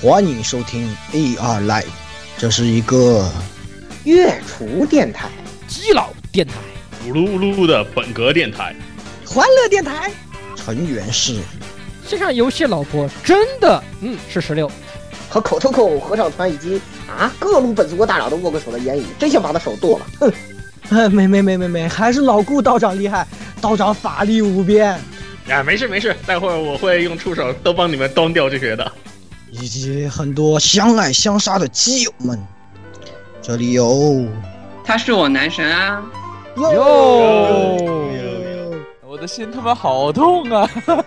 欢迎收听 AR Live， 这是一个月厨电台、 基佬电台、 咕噜噜的本格电台、 欢乐电台， 成员是线上游戏老婆真的是16 和口头口合唱团以及各路本族国大佬都握过手的言语，真想把他手剁了。哼， 没，还是老顾道长厉害，道长法力无边。 没事，待会儿我会用触手都帮你们端掉这些的。 以及很多相爱相杀的基友们，这里有他是我男神啊！ 哟， 我的心他妈好痛啊！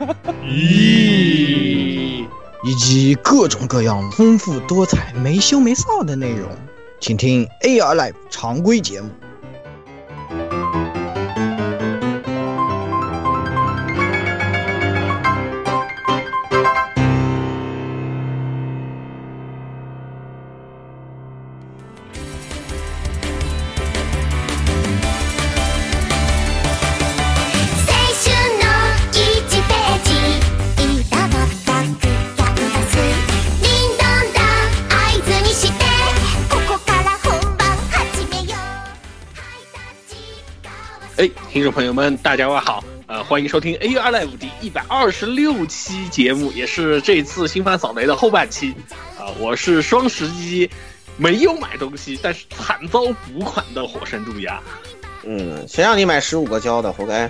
咦， 以及各种各样丰富多彩、没羞没臊的内容，请听 AR Live 常规节目。 听众朋友们，大家好，欢迎收听 AR Live 第126期节目，也是这次新番扫雷的后半期。我是双十一没有买东西，但是惨遭补款的火神渡鸦。 谁让你买15个胶的，活该。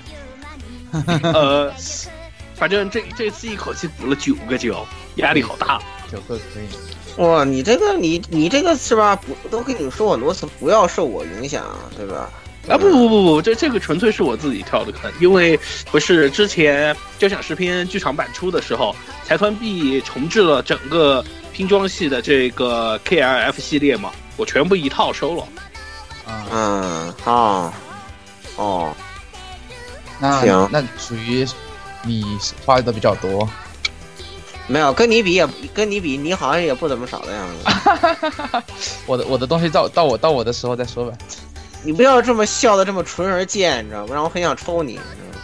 反正这次一口气补了9个胶，压力好大。 9个可以。 哇，你这个是吧？都跟你说很多次，不要受我影响，对吧？ 不，这个纯粹是我自己跳的坑，因为不是之前交响诗篇剧场版出的时候，财团 B 重置了整个拼装系的这个 KRF 系列嘛，我全部一套收了。 那属于你花的比较多。 没有，跟你比，你好像也不怎么少的样子。 我的东西到我的时候再说吧。 你不要这么笑的这么纯而贱，你知道吗？让我很想抽你。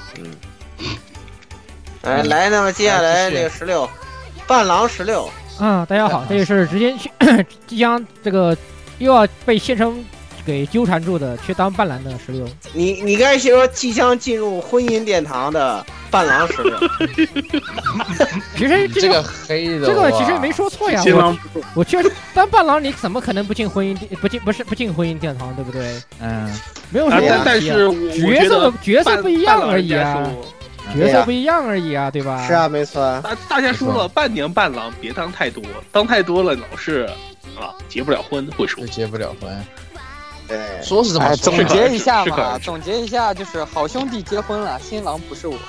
来，那么接下来这个16，伴郎16。 大家好，这个是即将这个又要被县城给纠缠住的，去当伴郎的16。 你该说即将进入婚姻殿堂的伴郎16。 其实这个黑的， 这个其实没说错呀。我确实当伴郎，你怎么可能不进婚姻不进婚姻殿堂，对不对？没有什么。 但是角色不一样而已啊。角色不一样而已啊，对吧？ 是啊，没错。 大家说了，伴娘伴郎别当太多，当太多了老是结不了婚，会说结不了婚。 对， 说是这么说。 总结一下嘛，总结一下就是好兄弟结婚了，新郎不是我。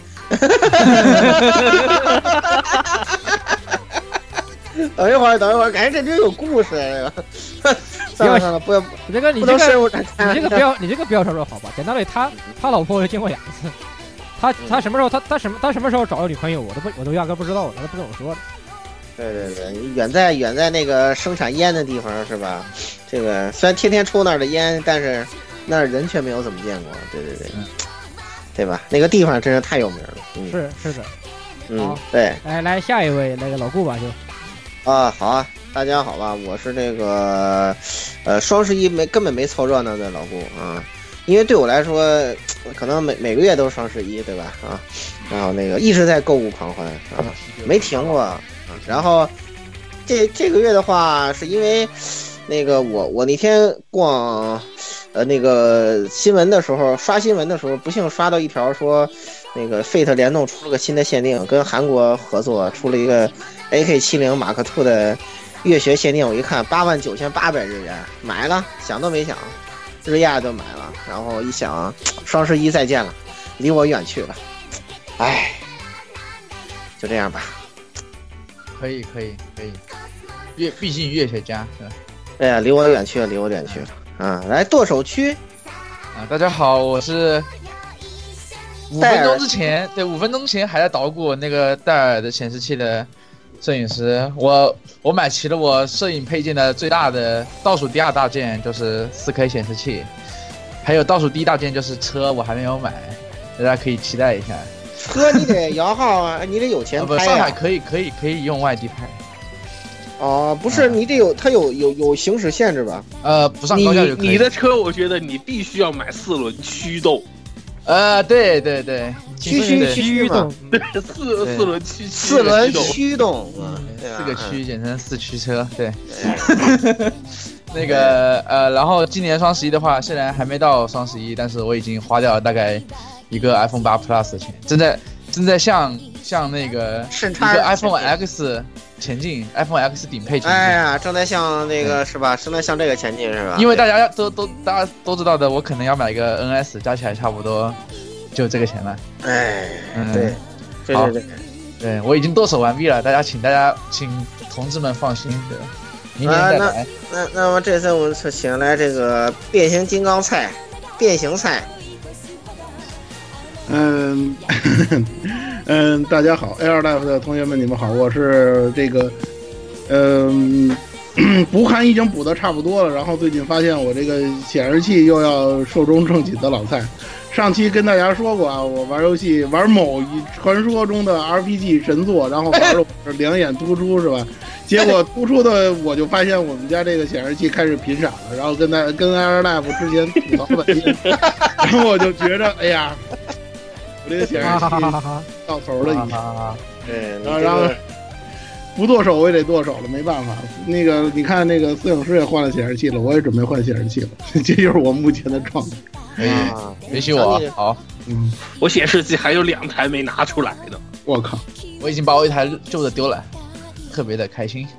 等一会儿，感觉这真有故事。算了，不要， 你这个不要说好吧？简单的，他老婆我就见过2次。他什么时候找了女朋友，我都压根不知道，他都不跟我说的。 对，远在那个生产烟的地方是吧？这个虽然天天抽那儿的烟，但是那儿人却没有怎么见过。对，对吧？那个地方真是太有名了。 是的。 对。 来下一位那个老顾吧就。 好啊，大家好吧，我是那个双十一根本没凑热闹的老顾啊。因为对我来说，可能每个月都是双十一，对吧？然后那个一直在购物狂欢没停过然后这个月的话，是因为那个我那天逛那个新闻的时候，刷新闻的时候，不幸刷到一条说，那个 Fate 联动出了个新的限定，跟韩国合作出了一个 AK70 马克兔的月学限定。我一看89800日元，买了，想都没想。日亚就买了，然后一想双十一再见了，离我远去了，就这样吧。 可以，毕竟月学家是吧？ 对呀，离我远去了来剁手区大家好，我是5分钟前还在捣鼓那个戴尔的显示器的摄影师。我买齐了我摄影配件的最大的倒数第2大件，就是 4K 显示器，还有倒数第1大件就是车，我还没有买，大家可以期待一下。 车你得摇号啊，你得有钱拍上海可以用外地拍。 哦，不是，你得有它有行驶限制吧？ 不上高架就可以。 你的车，我觉得你必须要买4轮驱动。 对， 驱动， 对，四轮驱 ，4轮驱动 ，4个驱简称4驱车，对。那个然后今年双11的话，虽然还没到双11，但是我已经花掉了大概一个 iPhone 8 Plus 的钱，正在向那个一个 iPhone X 前进 ，iPhone X 顶配前进。 哎呀，正在向那个是吧？正在向这个前进是吧？ 因为大家都知道的，我可能要买一个 NS， 加起来差不多就这个钱了。 哎，对， 我已经剁手完毕了，请同志们放心，对。明年再来。 那么这次我们请来这个变形金刚菜，变形菜。 大家好 ，AR Live 的同学们，你们好，我是这个，补刊已经补的差不多了，然后最近发现我这个显示器又要寿终正寝的老蔡。上期跟大家说过啊，我玩游戏玩某传说中的 RPG 神作，然后玩的我是两眼突出是吧？结果突出的我就发现我们家这个显示器开始频闪了，然后跟 Air Live 之前吐槽半天，然后我就觉着哎呀，我这个显示器到头了已经，对，然后不剁手我也得剁手了，没办法。那个你看那个摄影师也换了显示器了，我也准备换显示器了，这就是我目前的状态。 别许我好， 我显示器还有2台没拿出来呢。 我靠， 我已经把我一台旧的丢了。特别的开心，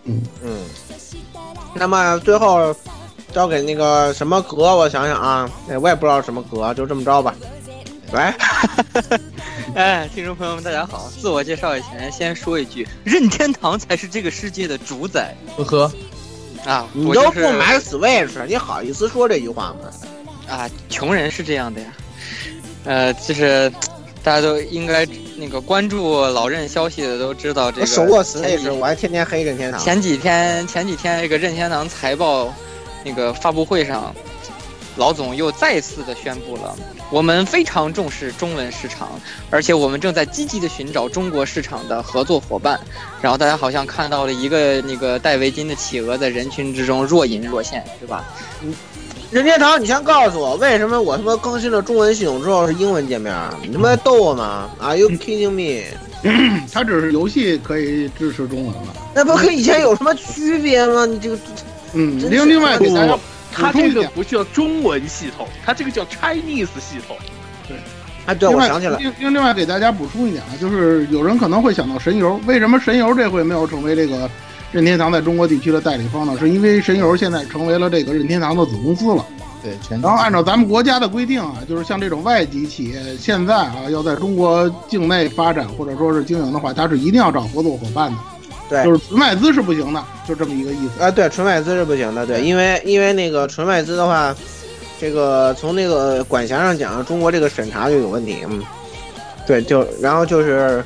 那么最后交给那个什么格，我想想啊，我也不知道什么格，就这么着吧。来， 听众朋友们，大家好！自我介绍以前，先说一句，任天堂才是这个世界的主宰。 你都不买 Switch， 你好意思说这句话吗？ 穷人是这样的呀。就是大家都应该那个关注老任消息的都知道，这个我手握死那时候我还天天黑任天堂。 前几天这个任天堂财报那个发布会上，老总又再次的宣布了，我们非常重视中文市场，而且我们正在积极的寻找中国市场的合作伙伴。然后大家好像看到了一个那个戴围巾的企鹅在人群之中若隐若现，是吧？ 任天堂，你先告诉我，为什么我他妈更新了中文系统之后是英文界面？你他妈逗我吗 ？Are you kidding me？ 它只是游戏可以支持中文了， 那不跟以前有什么区别吗？你这个， 另外给大家， 它这个不叫中文系统，它这个叫 Chinese 系统。 对， 对，我想起来。 另外给大家补充一点啊，就是有人可能会想到神游，为什么神游这回没有成为这个任天堂在中国地区的代理方呢？是因为神游现在成为了这个任天堂的子公司了。 对， 然后按照咱们国家的规定啊，就是像这种外籍企业现在啊要在中国境内发展或者说是经营的话，它是一定要找合作伙伴的。 对， 就是纯外资是不行的，就这么一个意思。 对，纯外资是不行的。对，因为那个纯外资的话，这个从那个管辖上讲，中国这个审查就有问题。对，然后就是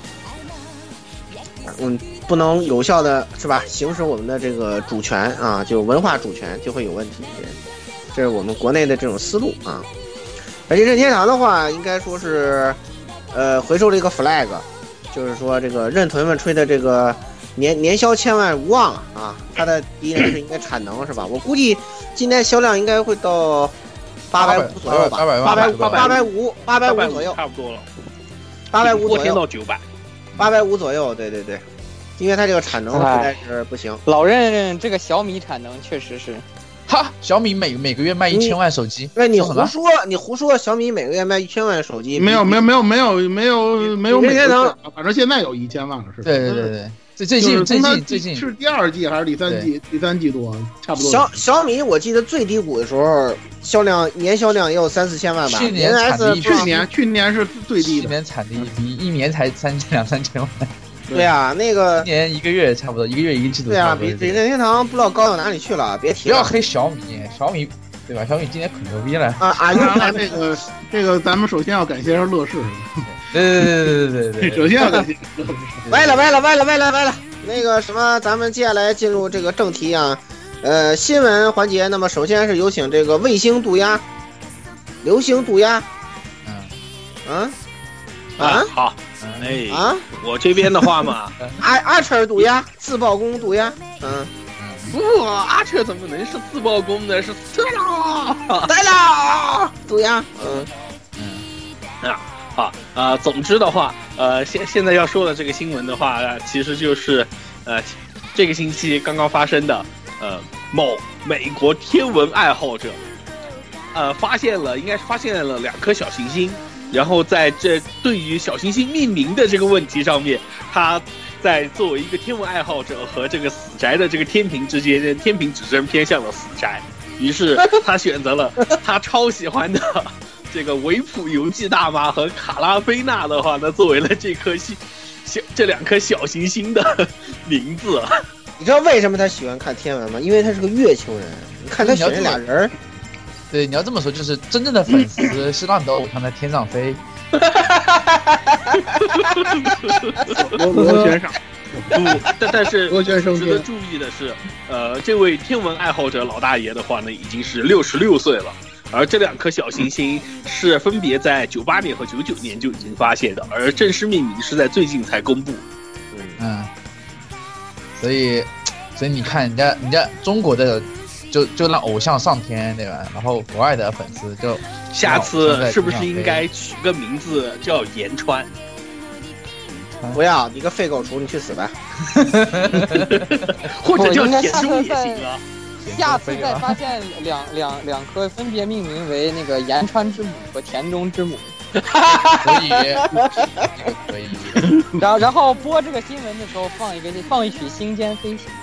不能有效的是吧行使我们的这个主权啊，就文化主权就会有问题。这是我们国内的这种思路啊。而且任天堂的话，应该说是回收了一个 flag， 就是说这个任屯们吹的这个年销千万无望啊，它的第一年是应该产能是吧？我估计今年销量应该会到850左右吧，850左右， 差不多了 ，850左右到900。 850左右，对，因为它这个产能实在是不行。 老任这个小米产能确实是， 小米每个月卖1000万手机。 对，你胡说，小米每个月卖1000万手机， 没有任天堂，反正现在有1000万了，是吧？ 对，最近是第2季还是第3季度？差不多。 小米我记得最低谷的时候，年销量也有3-4千万吧。 去年产地去年是最低的， 去年产地比一年才2-3千万。 对啊，那个一年1个月差不多，1个月1个季度。 对啊，比任天堂不知道高到哪里去了，别提了。 不要黑小米，对吧？小米今年可牛逼了这个咱们首先要感谢一下乐视。 对， 首先要感谢。 歪了。那个什么，咱们接下来进入这个正题啊。新闻环节，那么首先是有请这个流星渡鸦。 好，我这边的话嘛， 阿彻毒呀，自爆攻毒呀， 不，阿彻怎么能是自爆攻呢？是对了，毒呀， 总之的话，现在要说的这个新闻的话，其实就是这个星期刚刚发生的，某美国天文爱好者，发现了2颗小行星，然后在这对于小行星命名的这个问题上面，他在作为一个天文爱好者和这个死宅的这个天平之间，天平指针偏向了死宅，于是他选择了他超喜欢的这个维普游记大妈和卡拉菲娜的话呢，作为了这2颗小行星的名字。 你知道为什么他喜欢看天文吗？因为他是个月球人。你看他选这俩人， 对，你要这么说，就是真正的粉丝是让你的偶像在天上飞。 螺旋上。 但是值得注意的是，这位天文爱好者老大爷的话呢，已经是66岁了。而这2颗小行星是分别在98年和99年就已经发现的，而正式命名是在最近才公布。 所以你看人家中国的就让偶像上天，对吧？然后国外的粉丝就下次是不是应该取个名字叫岩川？ 不要，你个废狗厨，你去死吧！ 或者叫田中也行啊。 下次再发现两颗分别命名为那个岩川之母和田中之母， 可以。 然后播这个新闻的时候放一曲《星间飞行》。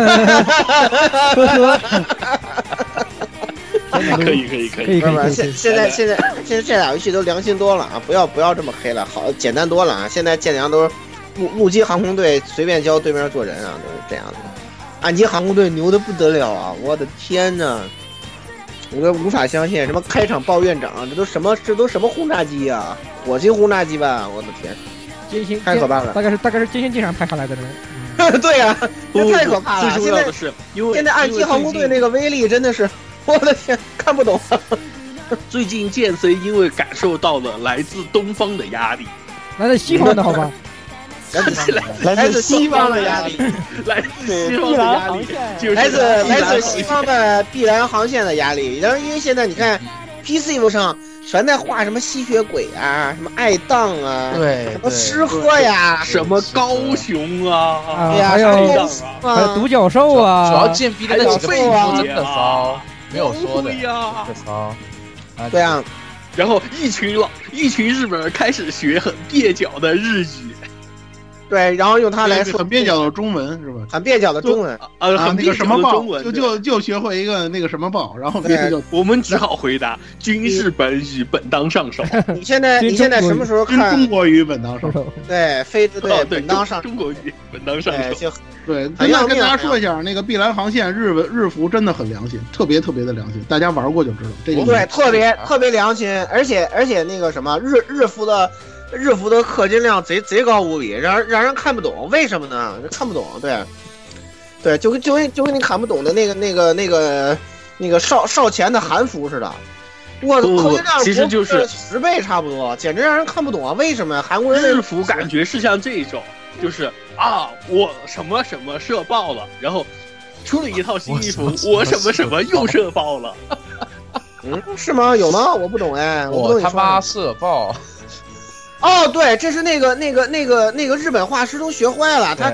可以。 现在这俩游戏都良心多了啊！不要这么黑了，好简单多了啊！现在建良都是陆基航空队随便教对面做人啊，都是这样的。岸基航空队牛的不得了啊！我的天哪，我都无法相信，什么开场报院长，这都什么轰炸机啊？火星轰炸机吧！我的天， 金星太可怕了！ 大概是金星机上拍下来的人。 对呀，这太可怕了！ 最重要的是， 现在岸基航空队那个威力真的是，我的天，看不懂。 最近剑 C 因为感受到了来自东方的压力， 来自西方的好吧？ 来自西方的压力， 来自西方的压力，就是来自西方的碧蓝航线的压力。然后因为现在你看 PC 上全在画什么吸血鬼啊，什么爱荡啊， 对， 什么诗喝呀， 什么高雄啊， 还有独角兽啊， 主要贱逼的那几个皮肤真的骚，没有说的呀， 骚。 对啊， 然后一群日本人开始学很蹩脚的日语。 对，然后用它来说很蹩脚的中文是吧？ 很蹩脚的中文那个什么报，就学会一个那个什么报，然后别的就我们只好回答军事本语本当上手。 你现在什么时候看中国语本当上手？ 对，对本当上中国语本当上手。 对，跟大家说一下，那个碧蓝航线日服真的很良心，特别的良心，大家玩过就知道。这个对，特别良心，而且那个什么日服的氪金量贼高无比，让人看不懂，为什么呢？看不懂，对，就跟你看不懂的那个少前的韩服似的，我的氪金量其实就是 10倍差不多，简直让人看不懂啊！为什么呀？韩国人日服感觉是像这种，就是我什么什么社爆了，然后出了一套新衣服，我什么什么又社爆了。 是吗？有吗？我不懂哎， 我他妈社爆。 哦，对，这是那个日本画师都学坏了，他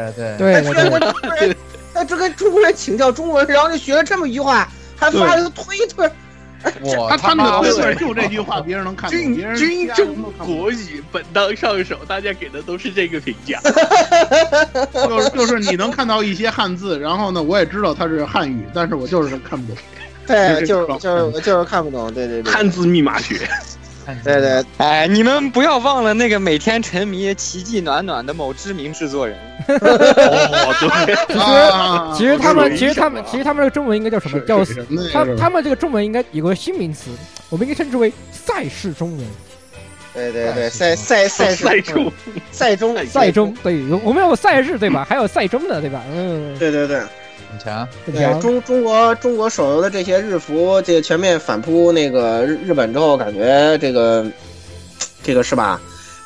这跟中国人请教中文，然后就学了这么一句话，还发了个推特。 他们的推特就这句话，别人能看懂。 军中国语本当上手，大家给的都是这个评价。 就是你能看到一些汉字，然后呢，我也知道它是汉语，但是我就是看不懂。 对，就是看不懂。对， 汉字密码学。 对， 哎，你们不要忘了那个每天沉迷奇迹暖暖的某知名制作人。 对， 其实他们这个中文应该叫什么？叫他们这个中文应该有个新名词，我们应该称之为赛事中文。 对，赛中， 对，我们有赛日对吧？还有赛中的对吧？ 对。 很强。 对，中国手游的这些日服，这个全面反扑那个日本之后，感觉这个是吧？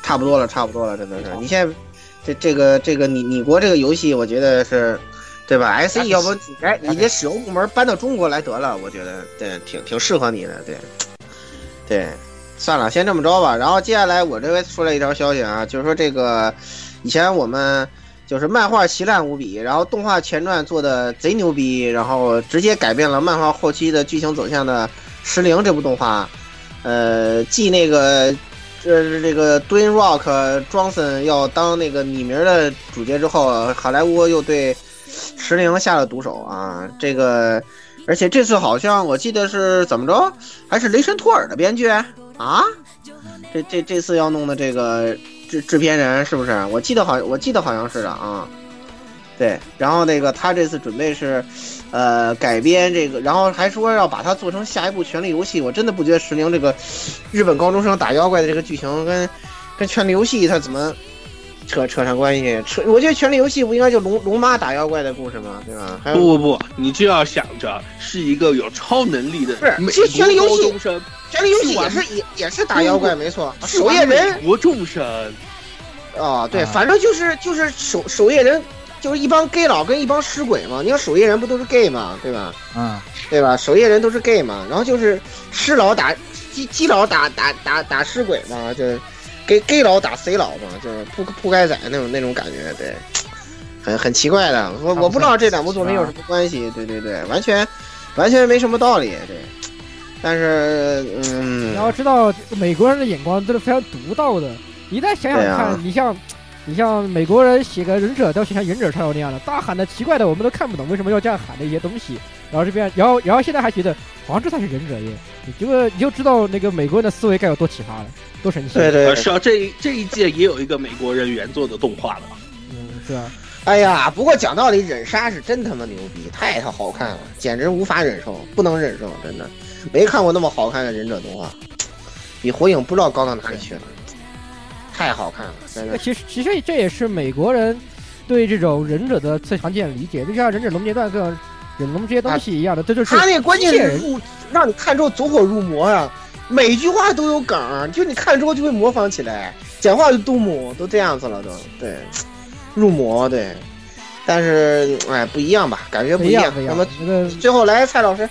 差不多了，真的是。你现在这个你国这个游戏，我觉得是，对吧 ？SE 要不你这使用部门搬到中国来得了，我觉得对，挺适合你的，对。算了，先这么着吧。然后接下来我这边出来一条消息啊，就是说这个以前我们就是漫画奇烂无比，然后动画前传做的贼牛逼，然后直接改变了漫画后期的剧情走向的石灵这部动画，继那个这个 Dwayne Rock Johnson 要当那个拟名的主角之后，好莱坞又对石灵下了毒手啊，这个。而且这次好像我记得是怎么着，还是雷神托尔的编剧啊？这次要弄的这个制片人是不是？我记得好像是的啊。对，然后那个他这次准备是，改编这个，然后还说要把它做成下一部《权力游戏》。我真的不觉得石灵这个日本高中生打妖怪的这个剧情跟《权力游戏》它怎么扯上关系？我觉得《权力游戏》不应该就龙妈打妖怪的故事吗？对吧？ 不，你就要想着是一个有超能力的美国高中生。 权力游戏也是打妖怪，没错。守夜人美国众生啊，对，反正就是守夜人，就是一帮 gay 佬跟一帮尸鬼嘛。你看守夜人不都是 gay 嘛，对吧？对吧？守夜人都是 gay 嘛，然后就是尸佬打基佬打尸鬼嘛，就是gay 佬打 C 佬嘛，就是铺盖仔那种感觉，对，很奇怪的。我不知道这两部作品有什么关系，对，完全没什么道理，对。但是， 你要知道，美国人的眼光都是非常独到的。你再想想看，你像美国人写个忍者，都写像忍者超人那样的，大喊的奇怪的，我们都看不懂为什么要这样喊的一些东西。然后这边，然后现在还觉得好像这才是忍者耶，你就知道那个美国人的思维该有多奇葩了，多神奇。 对， 是啊，这一届也有一个美国人原作的动画了。 是啊。 哎呀，不过讲道理，忍杀是真他妈牛逼，太好看了，简直无法忍受，不能忍受，真的。没看过那么好看的忍者动画，比火影不知道高到哪里去了，太好看了，真的。 其实这也是美国人对这种忍者的最常见的理解，就像忍者龙阶段跟忍龙这些东西一样的，这就是他那关键是让你看之后走火入魔呀，每句话都有梗，就你看之后就会模仿起来，讲话就都这样子了都，对，入魔对。但是不一样吧，感觉不一样。那么最后来蔡老师，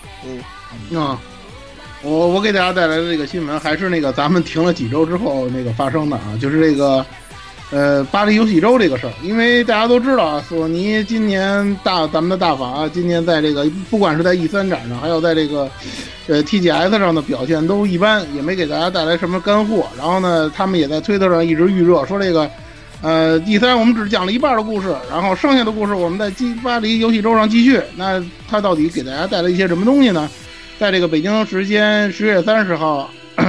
我给大家带来的这个新闻还是那个咱们停了几周之后那个发生的啊，就是这个巴黎游戏周这个事儿。因为大家都知道啊，索尼今年咱们的大法今年在这个不管是在 E3 展上，还有在这个TGS 上的表现都一般，也没给大家带来什么干货。然后呢，他们也在推特上一直预热，说这个E3 我们只讲了一半的故事，然后剩下的故事我们在巴黎游戏周上继续。那他到底给大家带来一些什么东西呢？在这个北京时间10月30号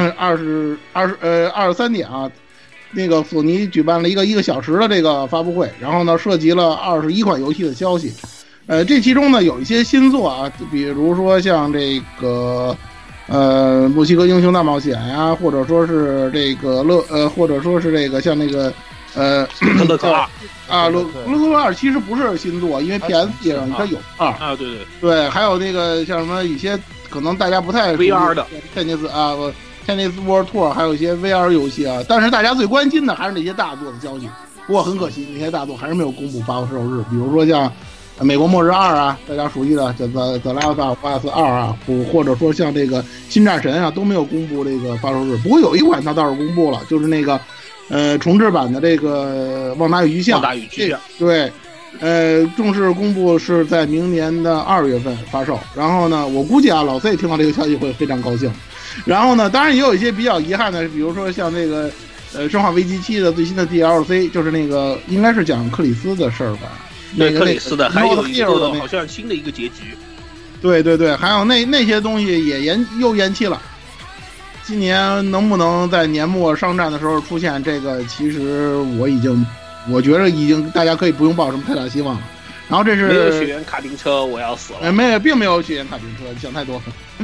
23点啊，那个索尼举办了一个小时的这个发布会，然后呢涉及了21款游戏的消息。这其中呢有一些新作啊，比如说像这个墨西哥英雄大冒险呀，或者说是这个或者说是这个像那个乐科2 啊，乐科2其实不是新作，因为 PSP 上它有啊， 对，还有那个像什么一些可能大家不太 VR 的 Tennis World Tour， 还有一些 VR 游戏啊，但是大家最关心的还是那些大作的消息。不过很可惜，那些大作还是没有公布发售日，比如说像美国末日2啊，大家熟悉的叫 The Last of Us 2啊，或者说像这个新战神啊，都没有公布这个发售日。不过有一款它倒是公布了，就是那个重制版的这个旺达与巨像，对，正式公布是在明年的2月份发售。然后呢，我估计啊，老 C 听到这个消息会非常高兴。然后呢，当然也有一些比较遗憾的，比如说像那个生化危机7的最新的 DLC， 就是那个应该是讲克里斯的事儿吧？ 对，克里斯的，还有一个好像新的一个结局。 对，还有那些东西也又延期了。今年能不能在年末商战的时候出现这个？其实我觉得已经大家可以不用抱什么太大希望了。然后这是没有雪原卡丁车，我要死了。 并没有雪原卡丁车，想太多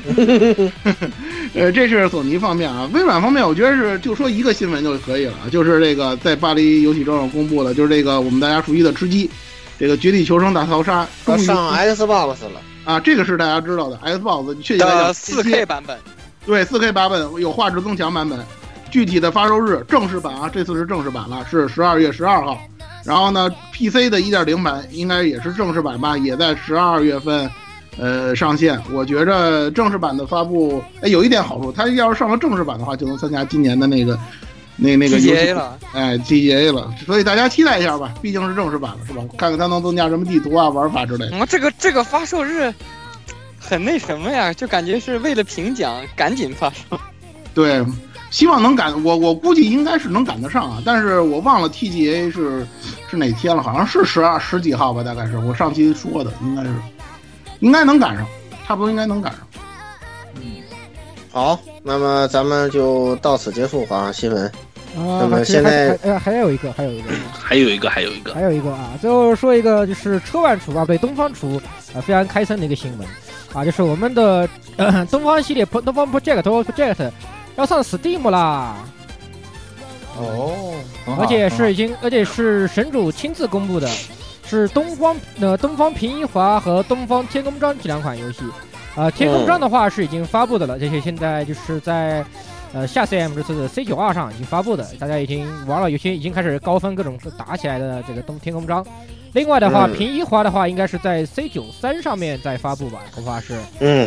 了。这是索尼方面啊，微软方面，我觉得就说一个新闻就可以了，就是这个在巴黎游戏周上公布了，就是这个我们大家熟悉的吃鸡，这个《绝地求生大逃杀》 上 Xbox 了啊，这个是大家知道的 Xbox， 确切来讲 4K 版本。 对，4K 版本有画质增强版本， 具体的发售日正式版啊，这次是正式版了，是12月12号。然后呢 ，PC 的 1.0 版应该也是正式版吧，也在12月份上线。我觉着正式版的发布，有一点好处，它要是上了正式版的话，就能参加今年的那个 TGA 了 ，TGA 了，所以大家期待一下吧，毕竟是正式版了，是吧？看看它能增加什么地图啊、玩法之类的。 这个发售日很那什么呀，就感觉是为了评奖赶紧发售。 对，希望能赶，我估计应该是能赶得上啊，但是我忘了 TGA 是哪天了，好像是十几号吧，大概是我上期说的，应该能赶上，差不多应该能赶上。 好，那么咱们就到此结束啊，新闻。 那么现在还有一个啊，最后说一个就是车万厨啊，对东方厨非常开心的一个新闻啊，就是我们的东方系列东方 project 要上 Steam 啦。 哦， 而且是神主亲自公布的，是东方平一华和东方天空章这两款游戏。天空章的话是已经发布的了，这些现在就是在下 CM 这次的 C92 上已经发布的，大家已经玩了，有些已经开始高分各种打起来的这个天空章。另外的话，平一华的话应该是在 C93 上面再发布吧，恐怕是。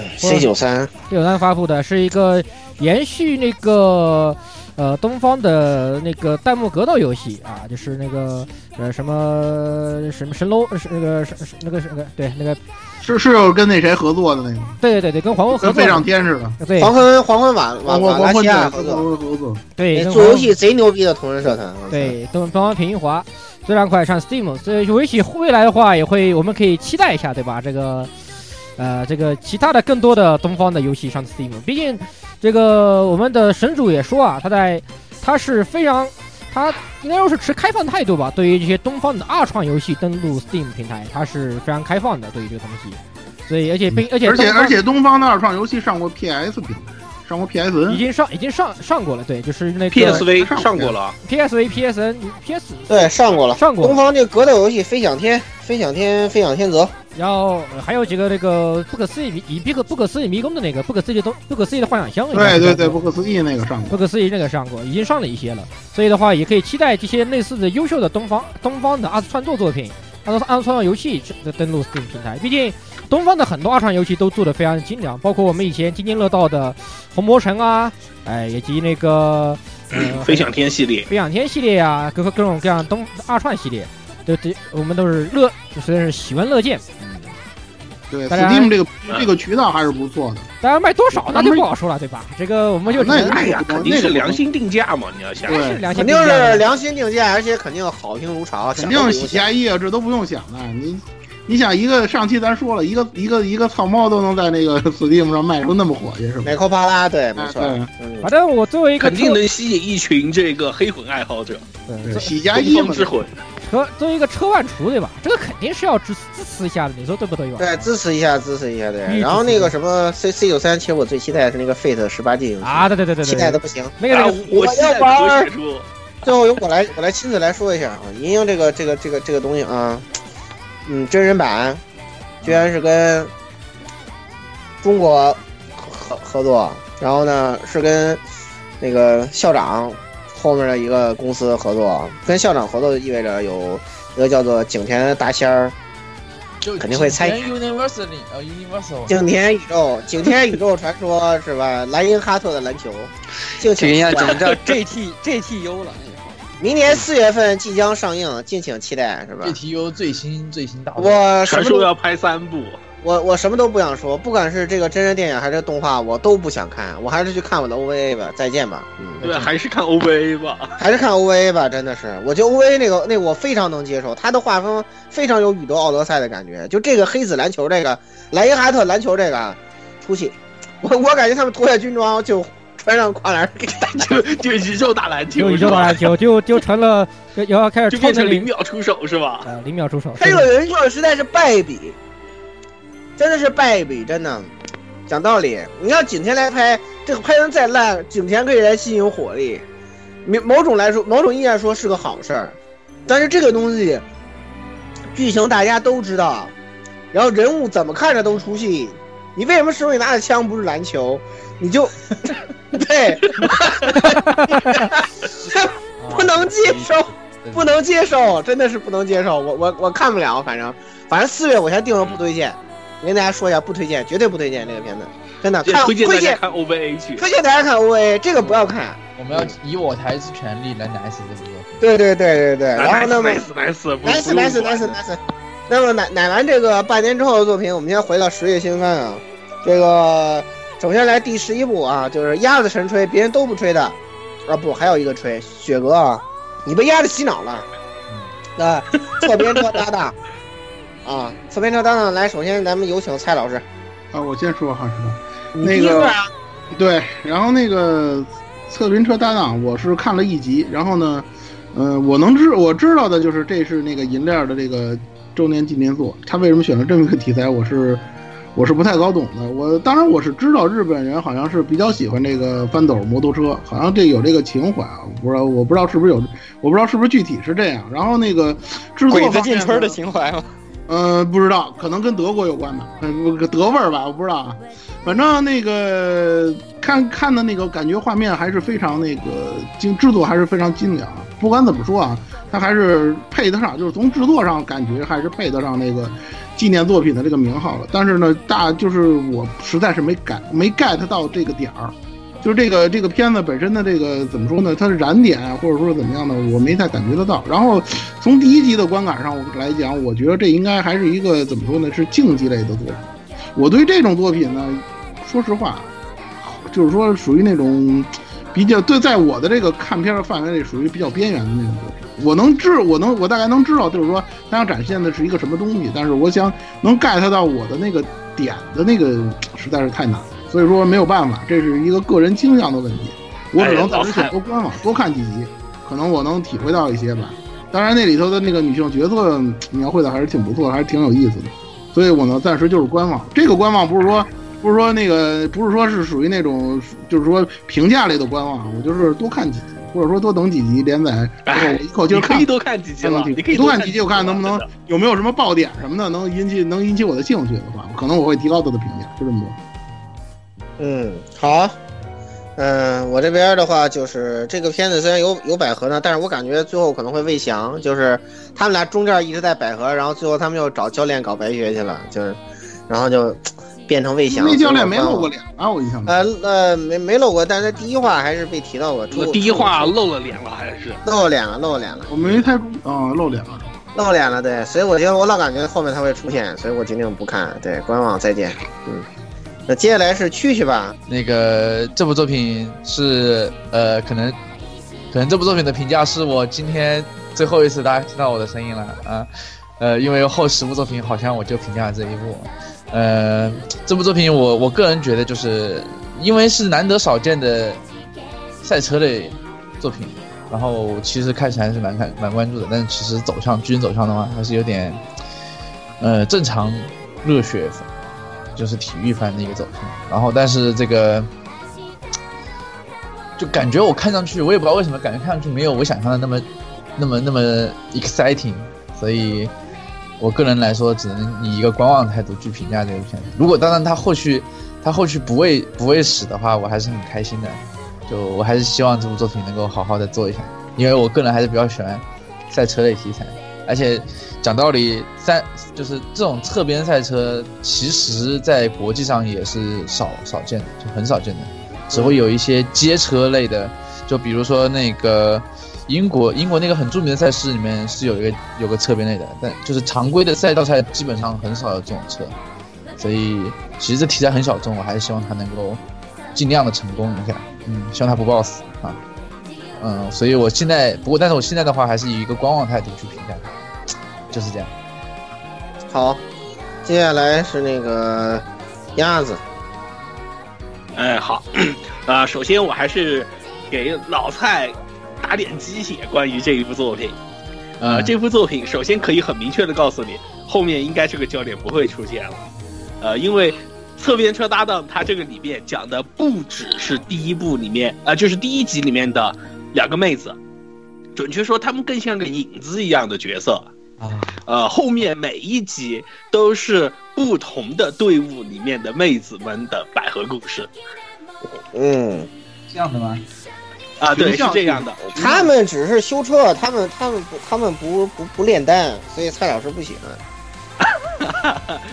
C93 发布的是一个延续那个东方的那个弹幕格斗游戏啊，就是那个什么神楼那个对那个。 是跟那谁合作的那个？ 对，跟黄昏合作， 跟飞上天似的。 对， 黄昏瓦拉西亚合作。 对， 做游戏贼牛逼的同人社团。 对，东方平一华这两款上 Steam， 所以游戏未来的话我们可以期待一下，对吧？这个其他的更多的东方的游戏上 Steam， 毕竟这个我们的神主也说啊，他是非常。他应该说是持开放态度吧，对于这些东方的二创游戏登陆 Steam 平台，他是非常开放的对于这个东西。所以而且东方的二创游戏上过 PS 平台，上过 PSN， 已经上过了，对，就是那个 PSV 上过了 ，PSV、PSN、PS 对上过了。东方这个格斗游戏飞翔天泽， 然后还有几个那个不可思议迷宫的那个不可思议的幻想乡， 对，不可思议那个上过， 不可思议那个上过，已经上了一些了。所以的话，也可以期待这些类似的优秀的东方的二次创作作品，二次创作游戏的登陆 Steam 平台。毕竟东方的很多二创游戏都做得非常精良，包括我们以前津津乐道的红魔城啊，以及那个飞翔天系列啊，各种各样二创系列。对，我们都是就是喜闻乐见。 对 ，Steam 这个渠道还是不错的。 当然卖多少那就不好说了，对吧？这个我们就肯定是良心定价嘛，你要想， 肯定是良心定价，而且肯定好评如潮， 肯定喜加一啊，这都不用想的。你想一个上期咱说了一个草帽都能在那个 Steam 上卖出那么火，也是美扣巴拉，对，没错。 反正我作为一个肯定能吸引一群这个黑魂爱好者， 对，喜加一嘛之魂。 作为一个车万厨，对吧？这个肯定是要支持一下的，你说对不对吧？ 对，支持一下，对。然后那个什么 C93，其实我最期待的是那个 Fate 18禁游戏啊，对， 期待的不行。 那个我要玩。 最后我来亲自来说一下啊，银鹰这个东西啊，真人版居然是跟中国合作，然后呢是跟那个校长后面的一个公司合作，跟校长合作意味着有一个叫做景田大仙儿，肯定会猜。 Universal 景田宇宙传说是吧？莱茵哈特的篮球， 这下怎么叫 GTU 了？ 明年4月份即将上映，敬请期待，是吧 ？GTU 最新大作， 我传说要拍3部。 我什么都不想说，不管是这个真人电影还是动画，我都不想看，我还是去看我的 OVA 吧，再见吧。 对，还是看 OVA 吧， 真的是，我觉得 OVA 那个我非常能接受，它的画风非常有宇宙奥德赛的感觉，就这个黑子篮球这个莱茵哈特篮球这个出戏，我感觉他们脱下军装就穿上跨栏就宇宙大篮球， 就成了要开始就变成0秒出手是吧 ？0秒出手， 这个人设实在是败笔。真的是败笔，真的。讲道理，你让景田来拍，这个拍得再烂，景田可以来吸引火力。某种意义来说是个好事儿，但是这个东西，剧情大家都知道，然后人物怎么看着都出戏。你为什么手里拿的枪不是篮球？你就对，不能接受，不能接受，真的是不能接受。我看不了，反正4月我先定了不推荐，我跟大家说一下，不推荐，绝对不推荐这个片子，真的。 推荐大家看 OVA 去， 推荐大家看 OVA， 这个不要看。 我们要以我台之权利来奶死这部作品。 对。然后那么奶死。 那么奶完这个半年之后的作品，我们先回到10月新番啊。这个首先来第11部啊，就是鸭子神吹，别人都不吹的啊，不，还有一个吹雪哥啊，你被鸭子洗脑了。侧边车搭档啊，侧边车搭档来，首先咱们有请蔡老师啊，我先说哈，是吧？ 那个对，然后那个侧边车搭档，我是看了一集，然后呢，我知道的就是这是那个银链的这个周年纪念作，他为什么选了这么一个题材，我是不太搞懂的。当然我是知道日本人好像是比较喜欢这个翻斗摩托车，好像这有这个情怀啊，我不知道是不是有，我不知道是不是具体是这样。然后那个制作鬼子进村的情怀吗？ 不知道，可能跟德国有关吧，德味儿吧，我不知道啊。反正那个看的那个感觉画面还是非常那个制作还是非常精良。不管怎么说啊，它还是配得上，就是从制作上感觉还是配得上那个纪念作品的这个名号了。但是呢，就是我实在是没 get 到这个点儿，就是这个片子本身的这个怎么说呢？它的燃点或者说怎么样的，我没太感觉得到。然后从第一集的观感上来讲，我觉得这应该还是一个怎么说呢？是竞技类的作品。我对这种作品呢，说实话，就是说属于那种比较对，在我的这个看片的范围里，属于比较边缘的那种作品。我大概能知道，就是说他想展现的是一个什么东西，但是我想能 get 到我的那个点的那个实在是太难了。所以说没有办法，这是一个个人倾向的问题。我只能暂时选择观望，多看几集，可能我能体会到一些吧。当然那里头的那个女性角色描绘的还是挺不错，还是挺有意思的。所以我呢暂时就是观望。这个观望不是说是属于那种就是说评价类的观望，我就是多看几集，或者说多等几集连载，然后我一口气你可以多看几集了，你可以多看几集，我看能不能有没有什么爆点什么的，能引起我的兴趣的话，可能我会提高他的评价，就这么多。 好。我这边的话就是这个片子虽然有百合呢，但是我感觉最后可能会魏翔，就是他们俩中间一直在百合，然后最后他们又找教练搞白学去了，就是然后就变成魏翔。那教练没露过脸啊，我印象没露过，但是第一话还是被提到过。 第一话露了脸了，还是露了脸了。 我没太露脸了， 对，所以我觉得我老感觉后面他会出现，所以我决定不看，对，观望再见。那接下来是蛐吧。 那个这部作品是可能这部作品的评价是我今天最后一次大家听到我的声音了啊。因为后10部作品好像我就评价了这一部。这部作品我个人觉得就是因为是难得少见的赛车类作品，然后其实开始还是蛮关注的，但是其实剧情走向的话还是有点正常热血就是体育番的一个走向。然后但是这个就感觉我看上去，我也不知道为什么感觉看上去没有我想象的那么 exciting， 所以我个人来说只能以一个观望态度去评价这个片子。如果当然他后续不会死的话，我还是很开心的。就我还是希望这部作品能够好好的做一下，因为我个人还是比较喜欢赛车类题材，而且讲道理就是这种侧边赛车其实在国际上也是少见的，就很少见的，只会有一些街车类的，就比如说那个英国那个很著名的赛事里面是有个侧边类的，但就是常规的赛道赛基本上很少有这种车，所以其实这题材很小众，我还是希望它能够尽量的成功一下，希望它不爆死啊。所以但是我现在的话还是以一个观望态度去评价它，就是这样。 好，接下来是那个鸭子。 好，首先我还是给老蔡打点鸡血，关于这一部作品。这部作品首先可以很明确的告诉你，后面应该这个教练不会出现了，因为侧边车搭档他这个里面讲的不只是第一部里面就是第一集里面的2个妹子，准确说他们更像个影子一样的角色。后面每一集都是不同的队伍里面的妹子们的百合故事。 这样的吗？ 啊，对，是这样的。 他们只是修车，他们不炼丹，所以蔡老师不喜欢。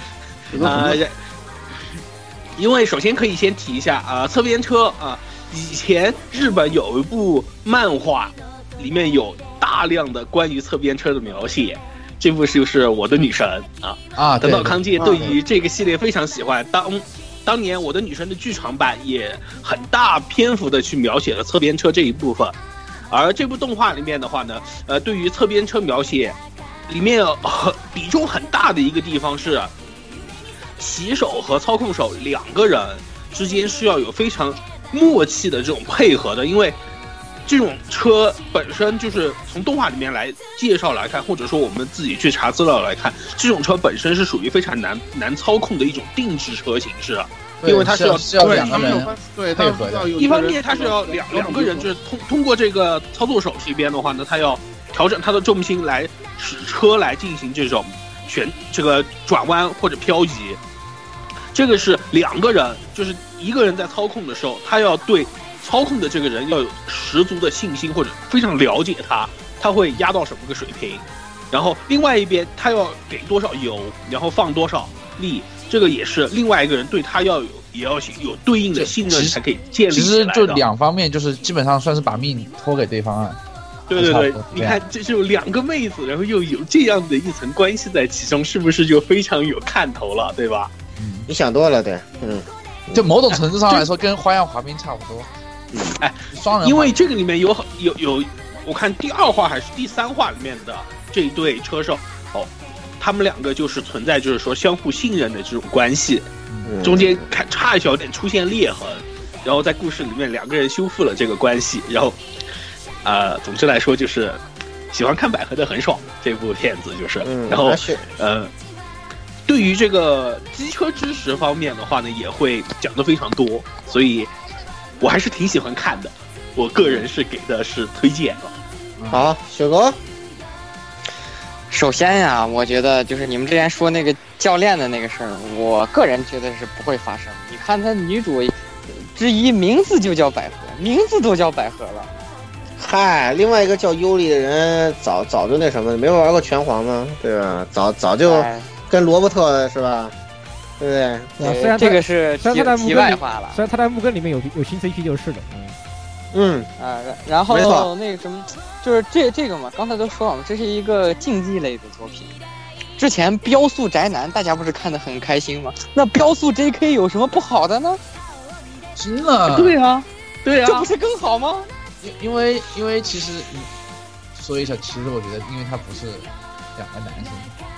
因为首先可以先提一下侧边车啊，以前日本有一部漫画，里面有大量的关于侧边车的描写。这部就是《我的女神》藤岛康介对于这个系列非常喜欢。当年《我的女神》的剧场版也很大篇幅的去描写了侧边车这一部分，而这部动画里面的话呢，对于侧边车描写里面比重很大的一个地方是，骑手和操控手两个人之间是要有非常默契的这种配合的，因为这种车本身就是从动画里面来介绍来看，或者说我们自己去查资料来看，这种车本身是属于非常难操控的一种定制车形式，因为它是要两个人配合的。 一方面它是要两个人，就是通过这个操作手这边的话呢，它要调整它的重心来使车来进行这种这个转弯或者漂移。这个是两个人，就是一个人在操控的时候，他要对操控的这个人要有十足的信心，或者非常了解他会压到什么个水平，然后另外一边他要给多少油，然后放多少力，这个也是另外一个人对他也要有对应的信任才可以建立起来的。 其实就两方面，就是基本上算是把命托给对方了。 对，你看这就两个妹子，然后又有这样的一层关系在其中，是不是就非常有看头了，对吧？ 你想多了，对， 就某种程度上来说，跟花样滑冰差不多。双人， 因为这个里面有，我看第2话还是第3话里面的这一对车手，他们两个就是存在就是说相互信任的这种关系，中间差一小点出现裂痕，然后在故事里面两个人修复了这个关系，然后总之来说就是喜欢看百合的很爽，这部片子就是，然后对于这个机车知识方面的话呢，也会讲得非常多，所以我还是挺喜欢看的。我个人是给的是推荐的。 好，雪哥。 首先呀，我觉得就是你们之前说那个教练的那个事儿，我个人觉得是不会发生。你看他女主之一名字就叫百合，名字都叫百合了。 嗨，另外一个叫尤里的人早就那什么，没玩过拳皇吗？对吧？早就跟罗伯特是吧？对不对？ 虽然这个是题外话了。 虽然他在木根里面有新 CP 就是的。 然后那个什么，就是这个嘛，刚才都说了嘛，这是一个竞技类的作品。之前标速宅男大家不是看得很开心吗？那标速 JK 有什么不好的呢？ 真的？ 对啊，这不是更好吗？ 因为其实说一下，其实我觉得，因为他不是两个男生。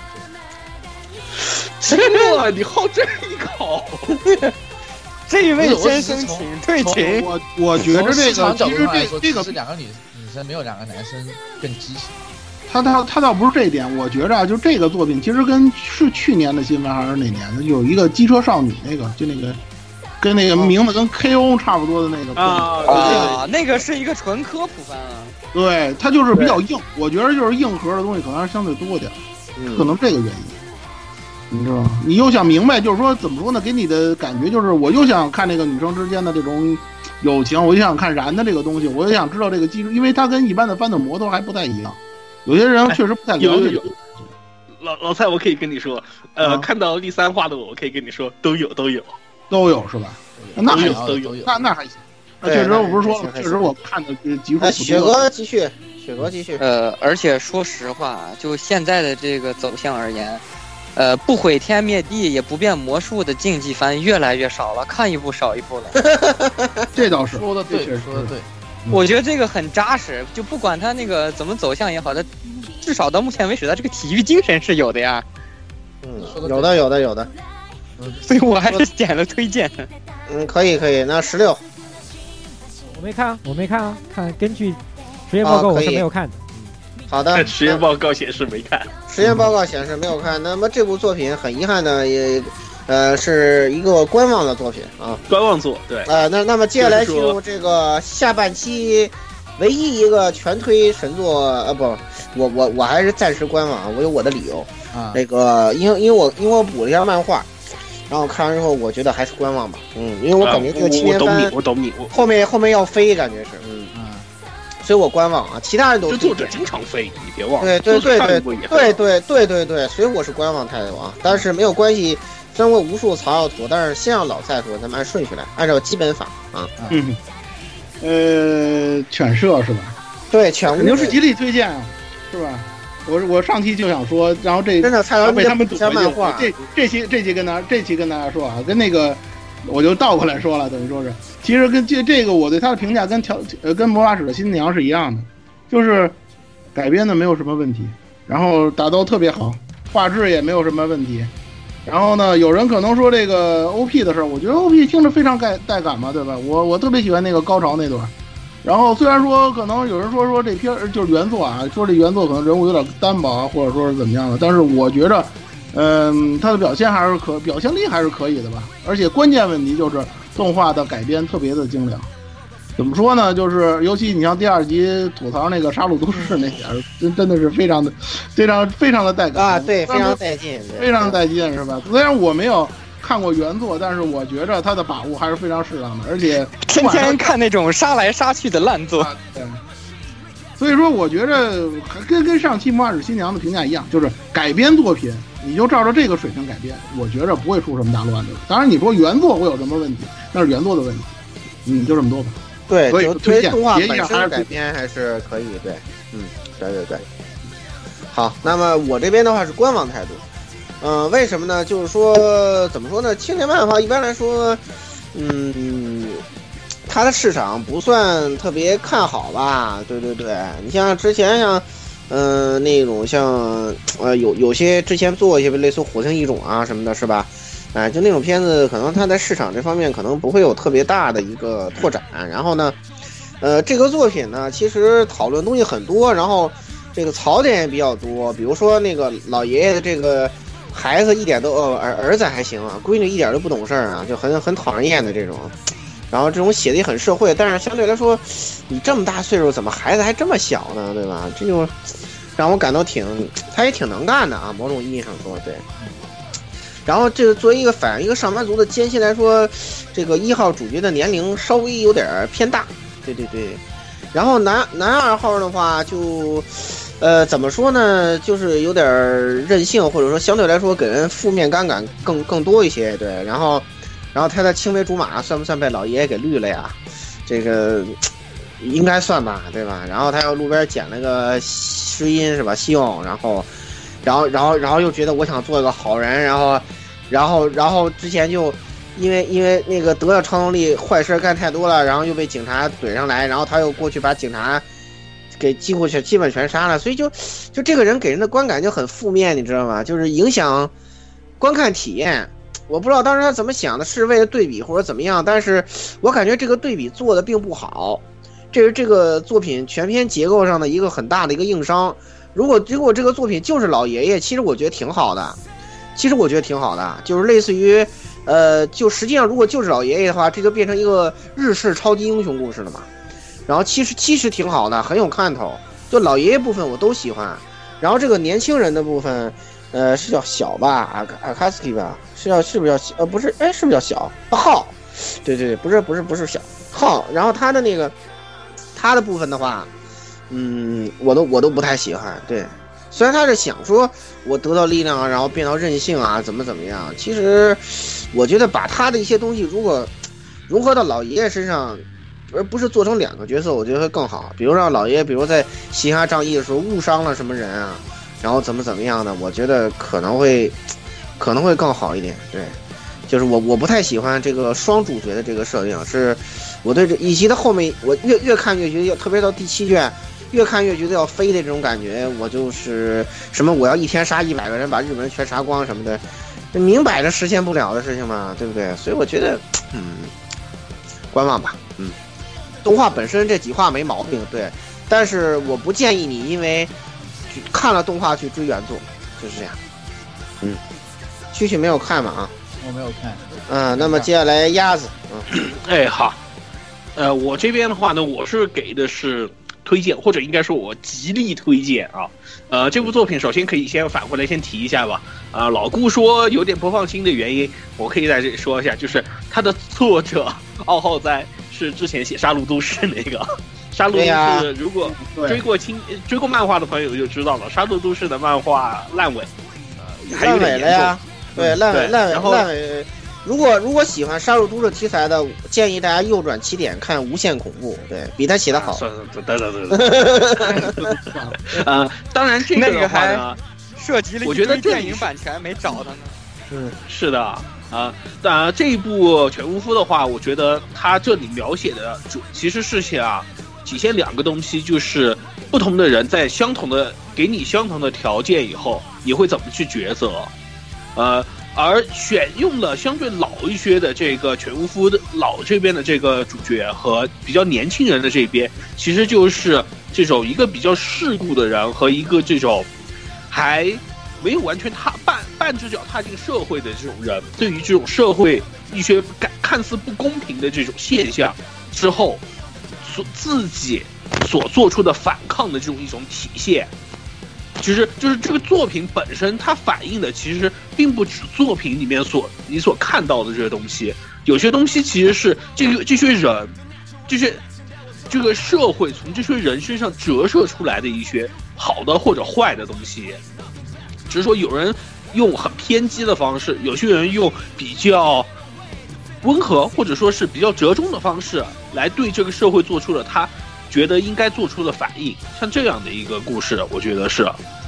你好这一口。 这一位先生请退群。 我觉得这个其实这个是两个女生，没有两个男生更激情。 他倒不是这一点，我觉着就这个作品其实是去年的新闻还是哪年的，有一个机车少女那个，就那个跟那个名字跟 KO 差不多的那个那个是一个纯科普番啊。 对，它就是比较硬，我觉得就是硬核的东西可能还是相对多点，可能这个原因。你知道吗？你又想明白，就是说怎么说呢？给你的感觉就是，我又想看那个女生之间的这种友情，我就想看燃的这个东西，我就想知道这个技术，因为它跟一般的翻斗摩托还不太一样。有些人确实不太了解。 老蔡，我可以跟你说，看到第3话的我可以跟你说，都有是吧？那还都有， 那还行。那确实我不是说了，确实我看的极速。 雪哥继续。 而且说实话，就现在的这个走向而言。不毁天灭地也不变魔术的竞技番越来越少了，看一部少一部了。 这倒是说的对。 我觉得这个很扎实，就不管他那个怎么走向也好，他至少到目前为止，他这个体育精神是有的呀。 有的。 所以我还是点了推荐。 可以。那16， 我没看啊，根据实验报告我是没有看的。 好的， 实验报告显示没看。 实验报告显示没有看。那么这部作品很遗憾的也，是一个观望的作品啊。 观望作，对。 那么接下来进入这个下半期，唯一一个全推神作我还是暂时观望，我有我的理由。那个因为我补了一下漫画， 然后看完之后，我觉得还是观望吧。因为我感觉这个青年番， 我懂你， 后面要飞，感觉是，所以我观望啊。其他人都这作者经常飞，你别忘了。对，所以我是观望态度啊。但是没有关系，虽然我无数草药图，但是先让老蔡说，咱们按顺序来，按照基本法啊。 犬舍是吧？ 对，犬肯定是极力推荐啊，是吧？我上期就想说，然后真的蔡老师被他们堵了漫画。 这期跟大家说啊，跟那个我就倒过来说了，等于说是，其实跟这个我对他的评价跟魔法使的新娘是一样的，就是改编的没有什么问题，然后打斗特别好，画质也没有什么问题。然后呢，有人可能说这个 OP 的事儿，我觉得 OP 听着非常带感嘛，对吧？我特别喜欢那个高潮那段。然后虽然说可能有人说这片就是原作啊，说这原作可能人物有点单薄啊，或者说是怎么样的，但是我觉着，他的表现力还是可以的吧。而且关键问题就是动画的改编特别的精良。怎么说呢？就是尤其你像第2集吐槽那个杀戮都市那点，真的是非常的带感啊，对，非常带劲， 非常带劲是吧？虽然我没有看过原作，但是我觉着他的把握还是非常适当的，而且天天看那种杀来杀去的烂作。 对，所以说我觉着跟上期《魔法使新娘》的评价一样，就是改编作品你就照着这个水平改编，我觉着不会出什么大乱子。当然你说原作会有什么问题，那是原作的问题。就这么多吧。 对， 所以推荐动画本身改编还是可以，对，对。好，那么我这边的话是观望态度，为什么呢？就是说怎么说呢？青年漫画一般来说，它的市场不算特别看好吧？对，你像之前像，那种像有些之前做一些类似火星异种啊什么的，是吧？就那种片子，可能它在市场这方面可能不会有特别大的一个拓展。然后呢，这个作品呢，其实讨论东西很多，然后这个槽点也比较多。比如说那个老爷爷的这个孩子一点都儿子还行啊，闺女一点都不懂事儿啊，就很讨人厌的这种。然后这种写的也很社会，但是相对来说，你这么大岁数，怎么孩子还这么小呢？对吧？这就让我感到他也挺能干的啊，某种意义上说，对。然后这个作为一个反映一个上班族的艰辛来说，这个1号主角的年龄稍微有点偏大，对。然后男2号的话就，怎么说呢，就是有点任性，或者说相对来说给人负面观感更多一些，对。然后他的青梅竹马算不算被老爷爷给绿了呀？这个应该算吧，对吧？然后他又路边捡了个诗音是吧？西用，然后又觉得我想做一个好人，然后之前就因为那个得了超能力，坏事干太多了，然后又被警察怼上来，然后他又过去把警察给基本全杀了，所以就这个人给人的观感就很负面，你知道吗？就是影响观看体验。我不知道当时他怎么想的，是为了对比或者怎么样，但是我感觉这个对比做的并不好，这是这个作品全篇结构上的一个很大的一个硬伤。如果这个作品就是老爷爷，其实我觉得挺好的，就是类似于，就实际上如果就是老爷爷的话，这就变成一个日式超级英雄故事了嘛。然后其实挺好的，很有看头。就老爷爷部分我都喜欢，然后这个年轻人的部分，是叫小吧，阿卡斯基吧，是不是叫小？不是，是不是叫小？浩，对，不是小浩。然后他的部分的话。我都不太喜欢，对。虽然他是想说我得到力量啊，然后变到任性啊，怎么样，其实我觉得把他的一些东西如果融合到老爷爷身上，而不是做成2个角色，我觉得会更好。比如让老爷爷，比如在行侠仗义的时候误伤了什么人啊，然后怎么样的，我觉得可能会更好一点。对，就是我不太喜欢这个双主角的这个设定，是我对这以及的后面我越看越觉得，特别到第7卷。越看越觉得要飞的这种感觉，我就是什么我要一天杀100个人，把日本人全杀光什么的，明摆着实现不了的事情嘛，对不对？所以我觉得，观望吧，动画本身这几话没毛病，对，但是我不建议你因为看了动画去追原作，就是这样。蛐蛐没有看嘛啊？ 我没有看。 那么接下来鸭子， 好，我这边的话呢，我是给的是推荐，或者应该说我极力推荐啊。这部作品首先可以先返回来先提一下吧。老顾说有点播放星的原因，我可以在这里说一下，就是它的作者奥浩哉是之前写《杀戮都市》那个。杀戮都市，如果追过漫画的朋友就知道了，杀戮都市的漫画烂尾，还有点烂尾了呀。对，烂尾。如果喜欢杀戮都市题材的，建议大家右转起点看《无限恐怖》，对比他写的好。 对。当然这个的话呢， 涉及了一堆电影版权没找他呢。 是的当然这一部犬巫夫的话，我觉得他这里描写的其实是体现两个东西，就是不同的人在给你相同的条件以后，你会怎么去抉择。而选用了相对老一些的这个犬巫夫的老这边的这个主角和比较年轻人的这边，其实就是这种一个比较世故的人和一个这种还没有完全半只脚踏进社会的这种人，对于这种社会一些看似不公平的这种现象之后，自己所做出的反抗的这种一种体现。其实就是这个作品本身，它反映的其实并不止作品里面你所看到的这些东西，有些东西其实是这些人，这个社会从这些人身上折射出来的一些好的或者坏的东西。只是说有人用很偏激的方式，有些人用比较温和或者说是比较折中的方式来对这个社会做出了他觉得应该做出的反应，像这样的一个故事，我觉得是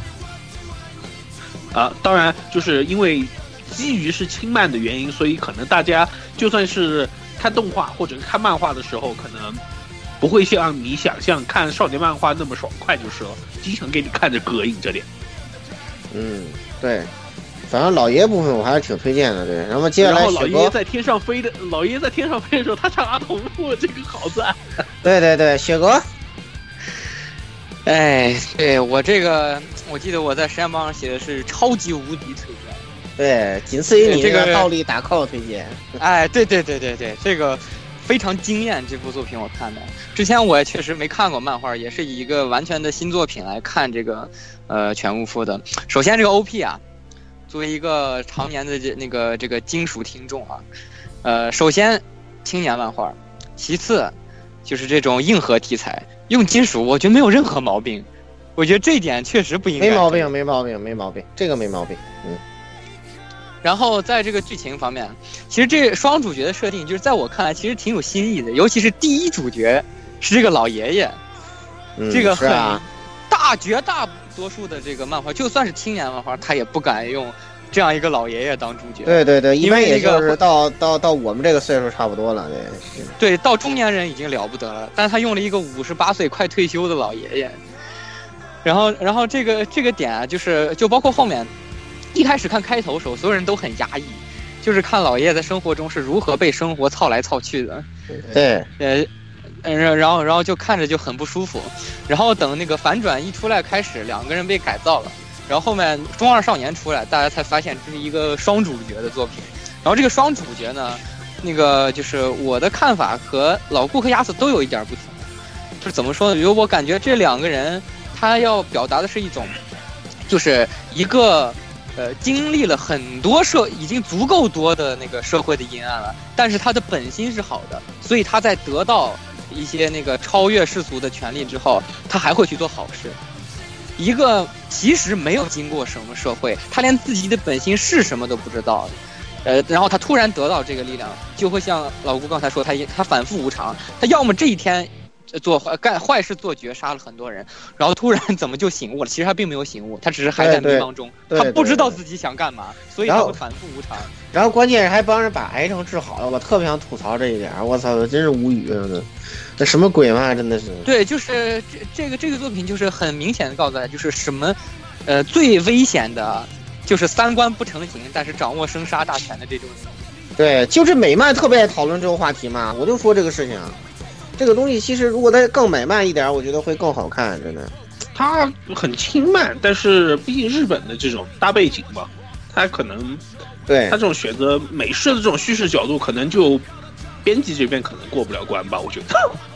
当然就是因为基于是轻漫的原因，所以可能大家就算是看动画或者看漫画的时候，可能不会像你想象看少年漫画那么爽快，就是经常给你看着膈应着点。 对，反正老爷部分我还是挺推荐的，对。然后接下来然后老爷在天上飞的时候，他唱阿童木，这个好赞。 对，雪哥。 对我这个，我记得我在实验榜上写的是超级无敌推荐。 对，仅次于你这个倒立打 call 推荐。 对，这个非常惊艳，这部作品我看的。之前我也确实没看过漫画，也是以一个完全的新作品来看这个犬巫夫的。首先这个 OP 啊，作为一个常年的这个金属听众啊，首先青年漫画，其次就是这种硬核题材用金属，我觉得没有任何毛病。我觉得这一点确实不应该。 没毛病，这个没毛病。 然后在这个剧情方面，其实这双主角的设定，就是在我看来其实挺有新意的，尤其是第一主角是这个老爷爷，这个很绝大多数的这个漫画，就算是青年漫画，他也不敢用这样一个老爷爷当主角。 对，因为也就是到我们这个岁数差不多了， 对，到中年人已经了不得了，但是他用了一个58岁快退休的老爷爷。然后这个点啊，就包括后面。一开始看开头的时候，所有人都很压抑，就是看老爷爷在生活中是如何被生活操来操去的。 对， 然后就看着就很不舒服。然后等那个反转一出来，开始两个人被改造了，然后后面中二少年出来，大家才发现这是一个双主角的作品。然后这个双主角呢，那个就是我的看法和老顾和亚瑟都有一点不同，就是怎么说呢？因为我感觉这两个人他要表达的是一种，就是一个。经历了很多已经足够多的那个社会的阴暗了，但是他的本心是好的，所以他在得到一些那个超越世俗的权利之后，他还会去做好事。一个其实没有经过什么社会，他连自己的本心是什么都不知道的，然后他突然得到这个力量，就会像老顾刚才说，他反复无常，他要么这一天干坏事做绝杀了很多人，然后突然怎么就醒悟了？其实他并没有醒悟，他只是还在迷茫中，他不知道自己想干嘛，所以他会反复无常。 然后关键是还帮人把癌症治好了，我特别想吐槽这一点，我操，真是无语了，这什么鬼嘛，真的是。对， 就是这个作品就是很明显的告诉大家，就是什么，最危险的就是三观不成形，但是掌握生杀大权的这种人。 对，就是美漫特别爱讨论这种话题嘛，我就说这个事情。这个东西其实如果它更美漫一点，我觉得会更好看，真的。 它很轻慢，但是毕竟日本的这种大背景吧，它可能对它这种选择美式的这种叙事角度，可能就编辑这边可能过不了关吧，我觉得。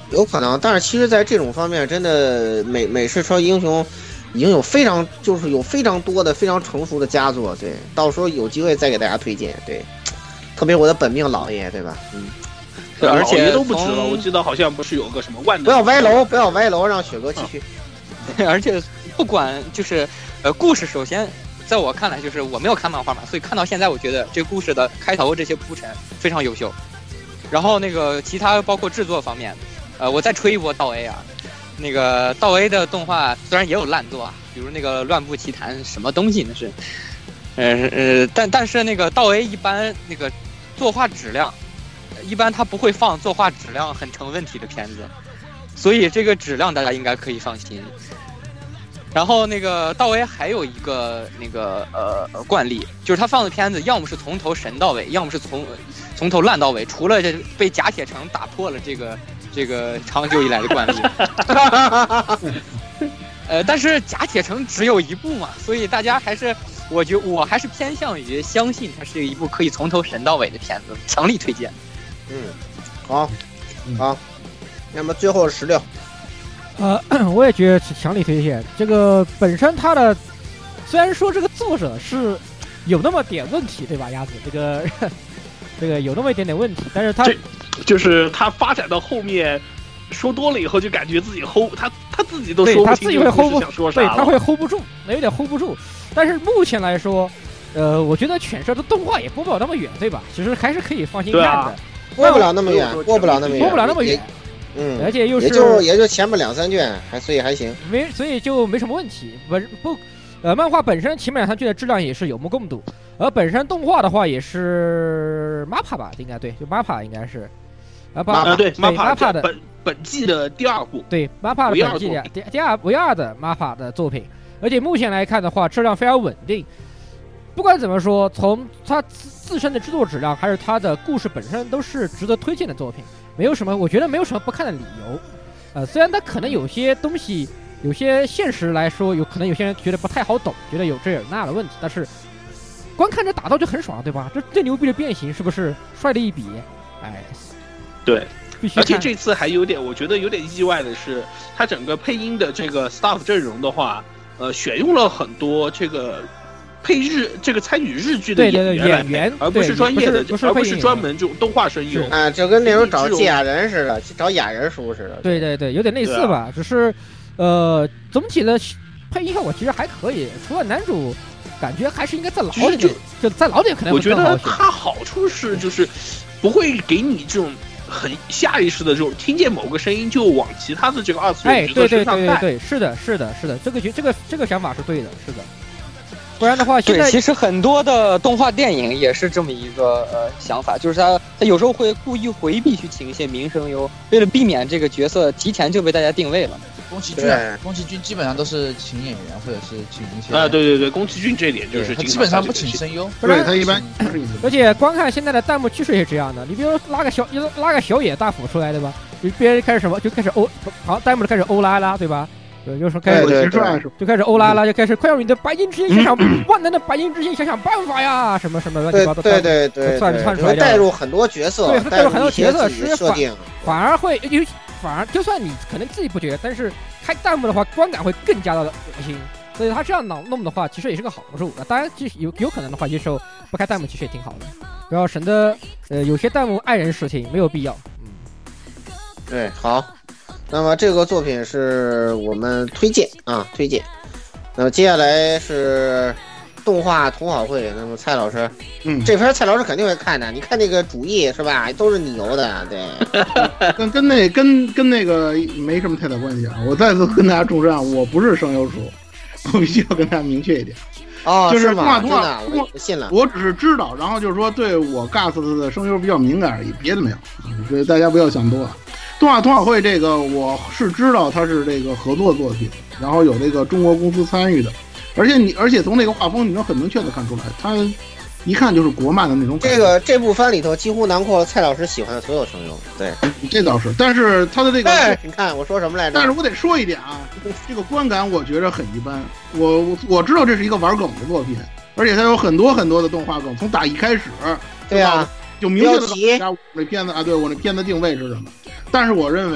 有可能，但是其实在这种方面，真的美式超级英雄已经有非常多的非常成熟的佳作，对，到时候有机会再给大家推荐，对，特别我的本命老爷，对吧？ 对，而且都不值了，我记得好像不是有个什么万能， 不要歪楼，让雪哥继续。 而且不管就是故事，首先在我看来就是我没有看漫画嘛，所以看到现在我觉得这个故事的开头这些铺陈非常优秀。然后那个其他包括制作方面，我再吹一波道 A 啊，那个道 A 的动画虽然也有烂作啊，比如那个乱步奇谭什么东西那是，但是那个道 A 一般那个作画质量，一般他不会放作画质量很成问题的片子，所以这个质量大家应该可以放心。然后那个道 A 还有一个那个惯例，就是他放的片子要么是从头神到尾，要么是从头烂到尾，除了这被假铁城打破了这个长久以来的惯例。但是假铁城只有一部嘛，所以大家还是我还是偏向于相信它是一部可以从头神到尾的片子，强力推荐。 好，那么最后16。 我也觉得强力推荐。这个本身它的虽然说这个作者是有那么点问题，对吧，鸭子？这个有那么一点点问题，但是他就是他发展到后面说多了以后，就感觉自己 hold 他自己都说不清， 他自己会 hold 不想说啥， 对，他会 hold 不住，有点 hold 不住。但是目前来说，我觉得犬舍的动画也播不了那么远，对吧？其实还是可以放心看的， 播不了那么远，播不了那么远。 而且又是也就前面2-3卷，所以还行， 所以就没什么问题。漫画本身前面2-3卷的质量也是有目共睹，而本身动画的话也是 MAPPA 吧，应该对，就 MAPPA 应该是， 对 MAPPA 的本季的第2部， 对 MAPPA 的本季的唯二的 MAPPA 的作品，而且目前来看的话，质量非常稳定。不管怎么说，从它自身的制作质量，还是它的故事本身，都是值得推荐的作品。我觉得没有什么不看的理由。虽然它可能有些东西，有些现实来说，可能有些人觉得不太好懂，觉得有这有那的问题，但是光看着打斗就很爽，对吧？这最牛逼的变形是不是帅的一笔？ 对， 必须。 而且这次还我觉得有点意外的是，它整个配音的这个 staff 阵容的话，选用了很多这个参与日剧的演员，而不是专业的，而不是专门这种动画声优啊，就跟那种找借雅人似的，找雅人叔似的。 对，有点类似吧，只是总体的配音效果其实还可以，除了男主感觉还是应该再老点，就再老点可能会更好。 我觉得它好处是就是不会给你这种很下意识的这种听见某个声音就往其他的这个2次元角色身上带。 对，是的，这个想法是对的，是的。不然的话，现在其实很多的动画电影也是这么一个想法，就是他有时候会故意回避去请一些名声优，为了避免这个角色提前就被大家定位了。 宫崎骏基本上都是请演员或者是请一些对，宫崎骏这点就是他基本上不请声优， 对他一般。 而且光看现在的弹幕趋势也是这样的，你比如拉个小野大辅出来，对吧？别人开始什么就开始弹幕就开始欧拉拉，对吧？有时候开始就开始欧拉拉，就开始快用你的白银之心想想万能的白银之心想想办法呀，什么乱七八糟。 对， 窜出来带入很多角色， 对，带入很多角色， 设定反而会，反而就算你可能自己不觉得，但是开弹幕的话，观感会更加的恶心。所以他这样弄的话，其实也是个好处。当然，有可能的话，有时候不开弹幕其实也挺好的，不要省得有些弹幕碍人视听，没有必要。 对，好。那么这个作品是我们推荐。那么接下来是动画同好会，那么蔡老师，这篇蔡老师肯定会看的。你看那个主页是吧，都是你游的，对， 跟那个没什么太大关系啊。我再次跟大家重申，我不是声优鼠，我必须要跟大家明确一点。就是动画， 我信了。 我只是知道，然后就是说对我 GAS 的声优比较敏感而已，别的没有。所以大家不要想多。动画同好会这个我是知道它是这个合作作品，然后有这个中国公司参与的，而且从那个画风你能很明确的看出来，它一看就是国漫的那种感觉。 这部番里头几乎囊括了蔡老师喜欢的所有声优。对， 这倒是，但是他的这个， 你看我说什么来着？ 但是我得说一点啊，这个观感我觉得很一般。我知道这是一个玩梗的作品，而且它有很多很多的动画梗，从打一开始， 对啊， 就明确的告诉大家我那片子啊，对我那片子定位是什么。但是我认为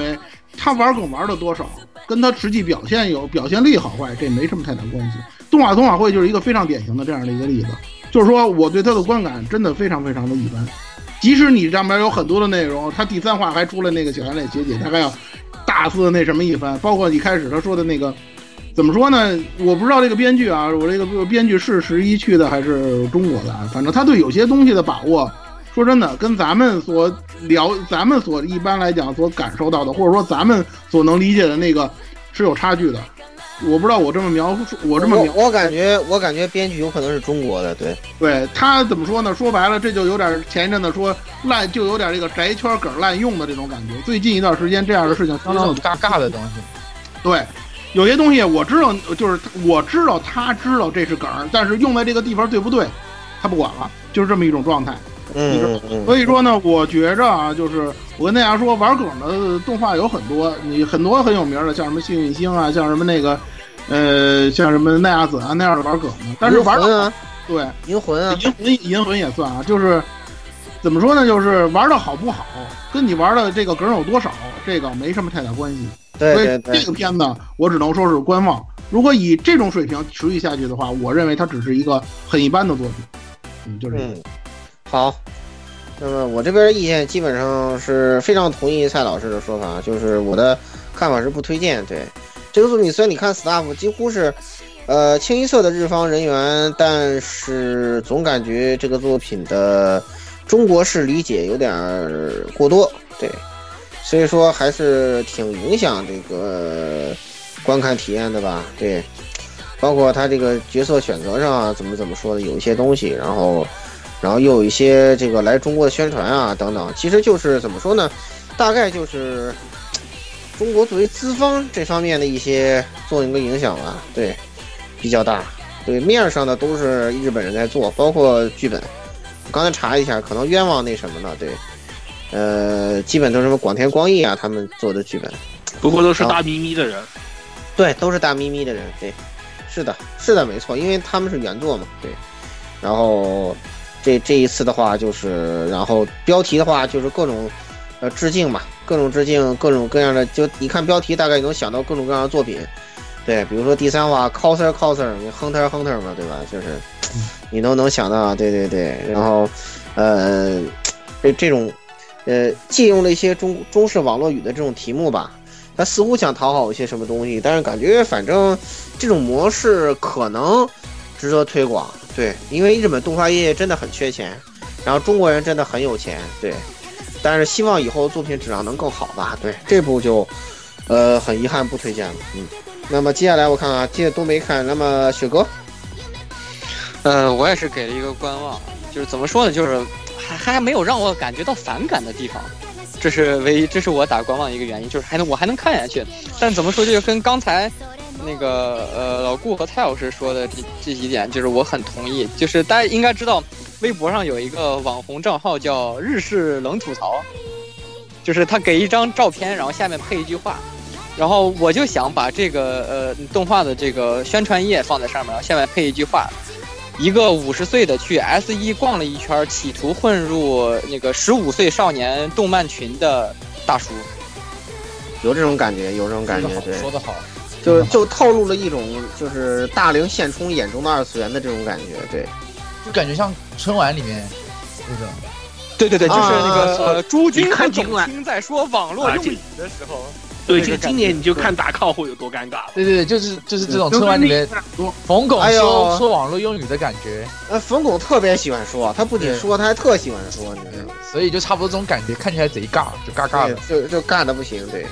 他玩梗玩的多少，跟他实际表现力好坏，这没什么太大关系。动画同好会就是一个非常典型的这样的一个例子，就是说我对他的观感真的非常非常的一般。即使你上面有很多的内容，他第3话还出了那个小圆脸学姐，他还要大肆那什么一番，包括一开始他说的那个。怎么说呢？我不知道这个编剧啊，我这个编剧是11去的还是中国的，反正他对有些东西的把握，说真的，跟咱们所一般来讲所感受到的，或者说咱们所能理解的那个是有差距的。我不知道我这么描述，我感觉编剧有可能是中国的， 对他怎么说呢？说白了，这就有点前一阵子说烂，就有点这个宅圈梗滥用的这种感觉。最近一段时间这样的事情相当尬尬的东西， 对。有些东西我知道，就是我知道他知道这是梗，但是用在这个地方对不对，他不管了，就是这么一种状态。所以说呢，我觉着啊，就是我跟大家说，玩梗的动画有很多，你很多很有名的，像什么幸运星啊，像什么那个，像什么奈亚子啊那样的玩梗的。但是玩啊， 对， 银魂啊， 银魂也算啊，就是怎么说呢，就是玩的好不好，跟你玩的这个梗有多少，这个没什么太大关系。 对， 所以这个片子我只能说是观望。如果以这种水平持续下去的话，我认为它只是一个很一般的作品。就是好。那么我这边的意见基本上是非常同意蔡老师的说法，就是我的看法是不推荐。对这个作品，虽然你看 staff 几乎是清一色的日方人员，但是总感觉这个作品的中国式理解有点过多。对。所以说还是挺影响这个观看体验的吧，对，包括他这个角色选择上啊，怎么说的，有一些东西，然后又有一些这个来中国的宣传啊等等，其实就是怎么说呢，大概就是中国作为资方这方面的一些做一个影响吧，对，比较大，对，面上的都是日本人在做，包括剧本，我刚才查一下，可能冤枉那什么呢，对。基本都是什么广田光一啊，他们做的剧本， 不过都是大咪咪的人， 对，都是大咪咪的人，对，是的，没错，因为他们是原作嘛，对。然后这一次的话，就是然后标题的话就是各种致敬嘛，各种致敬，各种各样的，就你看标题大概能想到各种各样的作品，对，比如说第3话 coser hunter 嘛，对吧？就是你都能想到，对，然后这种。借用了一些中式网络语的这种题目吧，他似乎想讨好一些什么东西，但是感觉反正这种模式可能值得推广，对，因为日本动画业真的很缺钱，然后中国人真的很有钱，对，但是希望以后作品质量能更好吧，对，这部就很遗憾不推荐了，那么接下来我看啊，这都没看，那么雪哥， 我也是给了一个观望，就是怎么说呢，就是。还没有让我感觉到反感的地方，这是我打观望一个原因，就是我还能看下去。但怎么说，就跟刚才那个老顾和蔡老师说的这几点，就是我很同意。就是大家应该知道，微博上有一个网红账号叫日式冷吐槽，就是他给一张照片，然后下面配一句话，然后我就想把这个动画的这个宣传页放在上面，然后下面配一句话。一个50岁的去 S1 逛了一圈，企图混入那个15岁少年动漫群的大叔， 有这种感觉，对， 说得好， 就透露了一种就是大龄现充眼中的2次元的这种感觉，对， 就感觉像春晚里面那种， 对，就是那个朱军和总听在说网络用语的时候。 对，就今年你就看打 call 会有多尴尬。 对，就是这种春晚里面冯巩说网络用语的感觉。 冯巩特别喜欢说，他不仅说，他还特喜欢说，你知道吗？ 所以就差不多这种感觉，看起来贼尬，就尬尬的， 就尬的不行。对，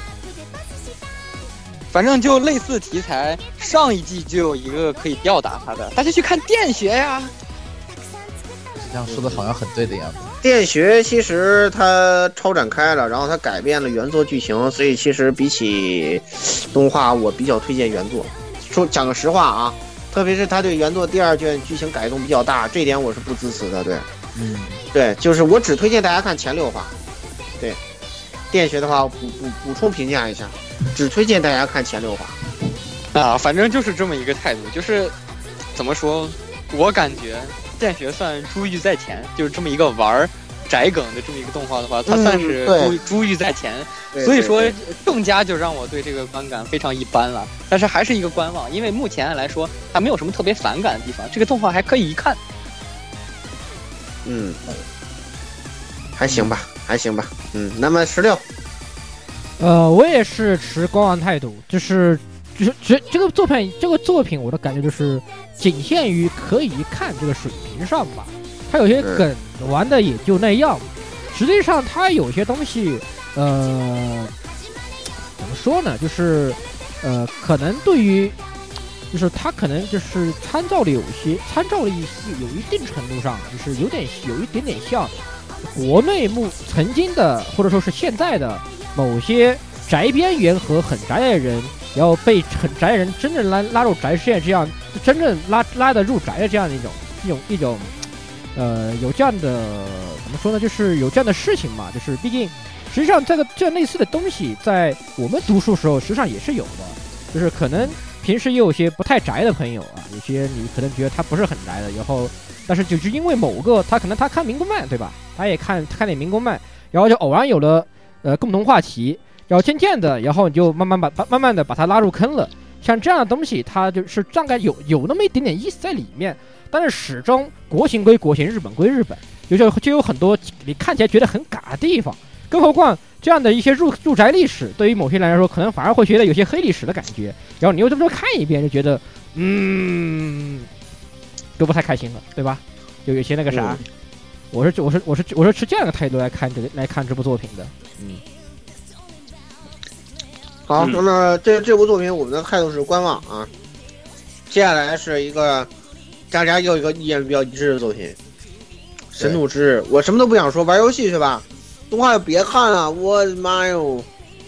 反正就类似题材，上一季就有一个可以吊打他的，大家去看电学呀。 这样说的好像很对的样子。 电学其实它超展开了，然后它改变了原作剧情，所以其实比起动画，我比较推荐原作。说讲个实话啊，特别是他对原作第2卷剧情改动比较大，这点我是不支持的。对，对，就是我只推荐大家看前6话。对，电学的话补充评价一下，只推荐大家看前6话。 啊，反正就是这么一个态度，就是怎么说，我感觉。电学算珠玉在前，就是这么一个玩宅梗的这么一个动画的话，它算是珠玉在前。所以说更加就让我对这个观感非常一般了。但是还是一个观望，因为目前来说它没有什么特别反感的地方，这个动画还可以一看。 还行吧。那么16， 我也是持观望态度，就是这个作品，我的感觉就是仅限于可以一看这个水平上吧。它有些梗玩的也就那样，实际上它有些东西，怎么说呢？就是可能对于，就是它可能就是参照了有一定程度上，就是有一点点像国内曾经的或者说是现在的某些宅边缘和很宅的人，然后被很宅的人真正拉入宅世界，这样真正拉得入宅的这样的一种有这样的怎么说呢？就是有这样的事情嘛。就是毕竟实际上这样类似的东西，在我们读书时候实际上也是有的。就是可能平时也有些不太宅的朋友啊，有些你可能觉得他不是很宅的，然后但是就是因为某个他可能他看民工漫，对吧？他也看点民工漫，然后就偶然有了共同话题，然后渐渐的，然后你就慢慢的把他拉入坑了。像这样的东西，它就是大概有那么一点点意思在里面，但是始终国情归国情，日本归日本，就有很多你看起来觉得很尬的地方。更何况这样的一些入宅历史，对于某些人来说，可能反而会觉得有些黑历史的感觉。然后你又这么看一遍，就觉得都不太开心了，对吧？有些那个啥，我是持这样的态度来看这部作品的。 好，那么这部作品我们的态度是观望啊。接下来是一个大家又一个意见比较一致的作品，《神怒之日》。我什么都不想说，玩游戏去吧。动画别看了，我的妈哟，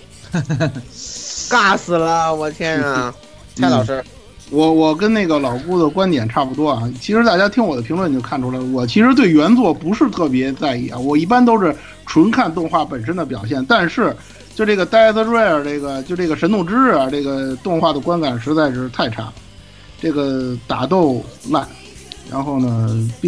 尬死了！我天啊，蔡老师， 我跟那个老顾的观点差不多啊。其实大家听我的评论就看出来，我其实对原作不是特别在意啊。我一般都是纯看动画本身的表现，但是就这个 Death Rare 这个神怒之日啊，这个动画的观感实在是太差，这个打斗烂，然后呢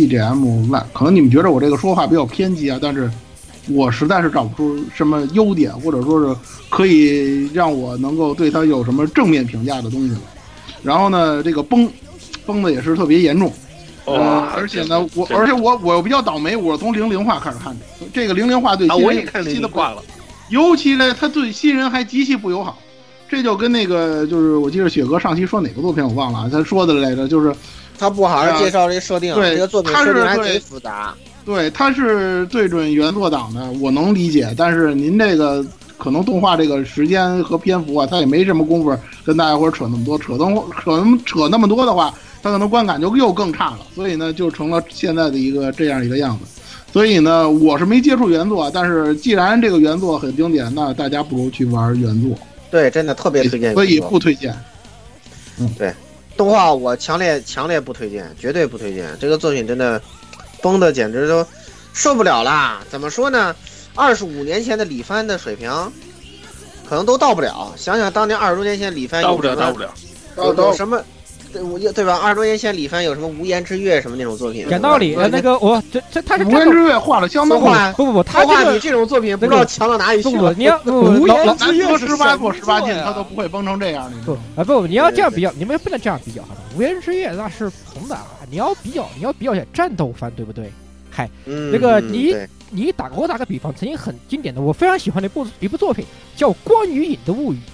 BGM 烂。可能你们觉得我这个说话比较偏激啊，但是我实在是找不出什么优点，或者说是可以让我能够对它有什么正面评价的东西了。然后呢，这个崩的也是特别严重，而且呢，我比较倒霉，我从00话开始看的。这个00话对新人我也看00话了， 尤其呢，他对新人还极其不友好。这就跟那个就是我记得雪哥上期说哪个作品我忘了，他说的来着，就是他不好好介绍这个设定，这个作品设定还贼复杂。 对，他是对准原作党的，我能理解。但是您这个可能动画这个时间和篇幅啊，他也没什么功夫跟大家伙扯那么多，扯那么多的话，他可能观感就又更差了。所以呢，就成了现在的一个这样一个样子。所以呢，我是没接触原作，但是既然这个原作很经典，那大家不如去玩原作。 对，真的特别推荐， 所以不推荐。 对，动画我强烈不推荐，绝对不推荐。这个作品真的崩的简直都受不了啦！怎么说呢？25年前的李帆的水平，可能都到不了。想想当年20多年前李帆到不了， 有什么？对吧？20多年前李帆有什么无言之月什么那种作品？ 讲道理，那个他是无言之月画的相当好。 不，他画比这种作品不知道强到哪里去。 不，你要无言之月是18禁，他都不会崩成这样的。 不，你要这样比较，你们不能这样比较，好吧？无言之月那是红的，你要比较一下战斗番，对不对？嗨，那个我打个比方，曾经很经典的，我非常喜欢的一部作品叫《光与影的物语》。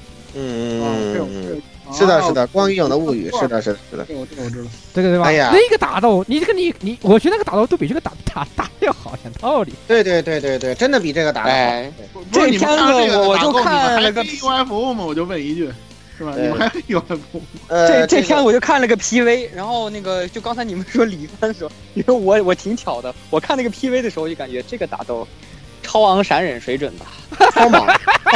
是的，光与影的物语，是的。 我知道， 这个对吧？ 哎呀， 那个打斗，你，我觉得那个打斗都比这个打要好，讲道理。 对，真的比这个打得好。 这片子我就看了个 UFO 嘛，我就问一句。是吧？你们还有这天我就看了个 PV， 然后那个就刚才你们说李帆的时候，因为我挺巧的，我看那个 PV 的时候就感觉这个打斗超昂闪忍水准吧， 超猛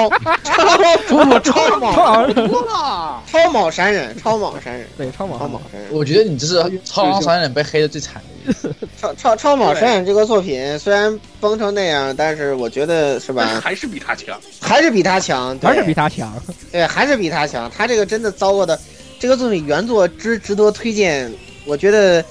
闪忍， 对，超猛闪忍。 我觉得你这是超昂闪忍被黑的最惨的一次。 超猛闪忍这个作品虽然崩成那样，但是我觉得是吧， 还是比他强， 对，还是比他强。他这个真的糟糕的，这个作品原作值得推荐。我觉得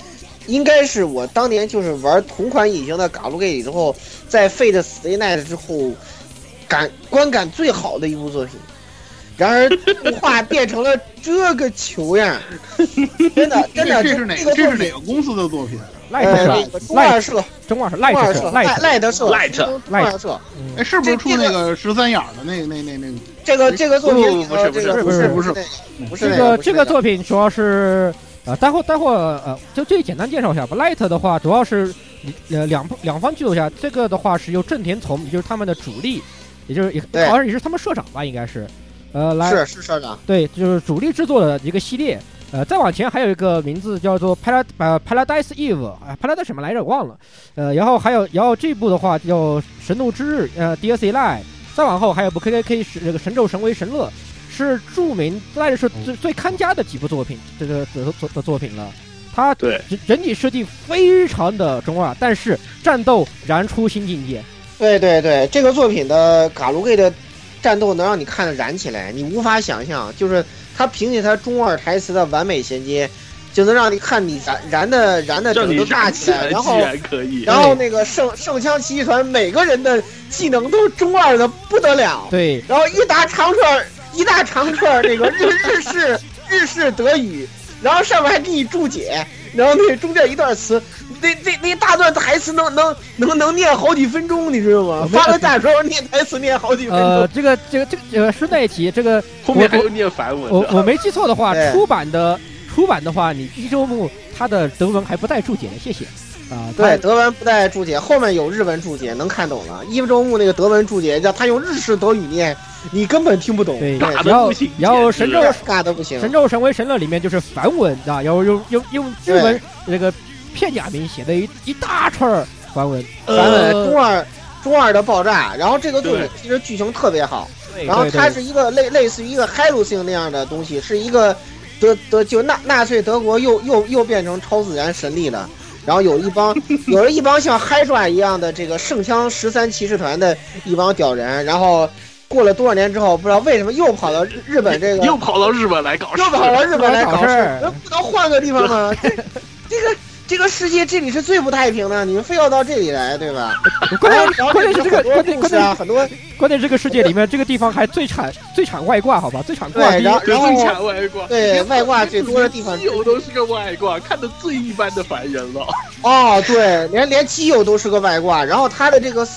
应该是我当年就是玩同款引擎的嘎鲁 gate 之后，在 Fate Stay Night 之后观感最好的一部作品。然而动画变成了这个球样，真的， 这是哪个公司的作品？ 那个中二社， 中二社， 赖德社， 哎，是不是出那个13眼的那个？ 这个作品不是， 这个作品主要是待会就这里简单介绍一下吧。Light 的话主要是两方剧作下，这个的话是由正田从，也就是他们的主力，好像也是他们社长吧，应该是。 是社长， 对，就是主力制作的一个系列。再往前还有一个名字叫做 Paradise Eve， Paradise 什么来着忘了。然后这部的话叫神怒之日，DLC Live。再往后还有部 KKK 是这个神咒神威神乐，是著名赖着是最看家的几部作品，这个的作品了。它整体设计非常的中二，但是战斗燃出新境界。 对，这个作品的嘎鲁 gate 的战斗能让你看得燃起来，你无法想象，就是他凭借他中二台词的完美衔接，就能让你看你燃的整个大起来，然后那个圣枪骑士团每个人的技能都中二的不得了， 对， 然后一大长串那个日式德语，然后上面还给你注解，然后那中间一段词。那大段台词能念好几分钟，你知道吗？发了大招念台词念好几分钟。 这个顺带一提，这个后面还有念梵文。 我没记错的话，出版的话，你一周目它的德文还不带注解的，谢谢。 对，德文不带注解，后面有日文注解，能看懂了。一周目那个德文注解，让他用日式德语念，你根本听不懂。 对，然后神咒尬的不行。 神咒神威神乐里面就是梵文啊，然后用日文这个。片假名写的一大串梵文中二的爆炸，然后这个作品其实剧情特别好，然后它是一个类似于一个海鲁性那样的东西，是一个就纳粹德国又变成超自然神力了，然后有一帮像嗨抓一样的这个圣枪13骑士团的一帮屌人，然后过了多少年之后，不知道为什么又跑到日本这个又跑到日本来搞事， 不能换个地方吗？这个世界这里是最不太平的，你们非要到这里来，对吧？ 关键是这个很多关键这个世界里面这个地方还最产外挂，好吧？最产挂， 然后最产外挂， 对外挂最多的地方， 基友都是个外挂，看得最一般的凡人了。 哦，对，连基友都是个外挂，然后它的这个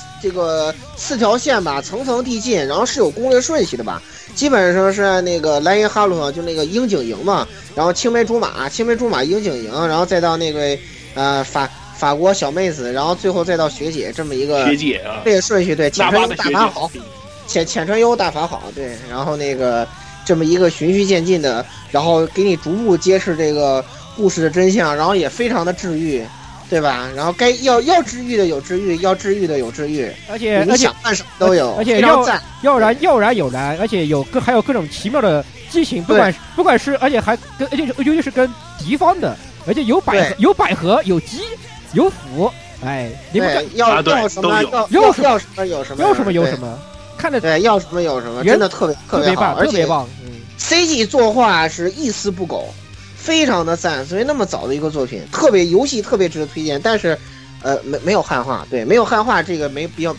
4条线吧，层层递进，然后是有攻略顺序的吧？基本上是按那个莱茵哈鲁就那个樱井营嘛，然后青梅竹马樱井营，然后再到那个法国小妹子，然后最后再到学姐这么一个学姐啊， 这个顺序对，浅川优大法好，浅川优大法好对，然后那个这么一个循序渐进的，然后给你逐步揭示这个故事的真相，然后也非常的治愈。对吧？然后该要治愈的有治愈，要治愈的有治愈， 而且想干什么都有， 而且要燃有燃，而且还有各种奇妙的激情，不管是而且还跟尤其是跟敌方的，而且有百合有鸡有斧，哎，你们要什么要什么有什么， 看着对要什么有什么，真的特别棒， 而且棒 ，CG 作画是一丝不苟。非常的赞，所以那么早的一个作品，游戏特别值得推荐，但是，没有汉化，对，没有汉化，这个没必要。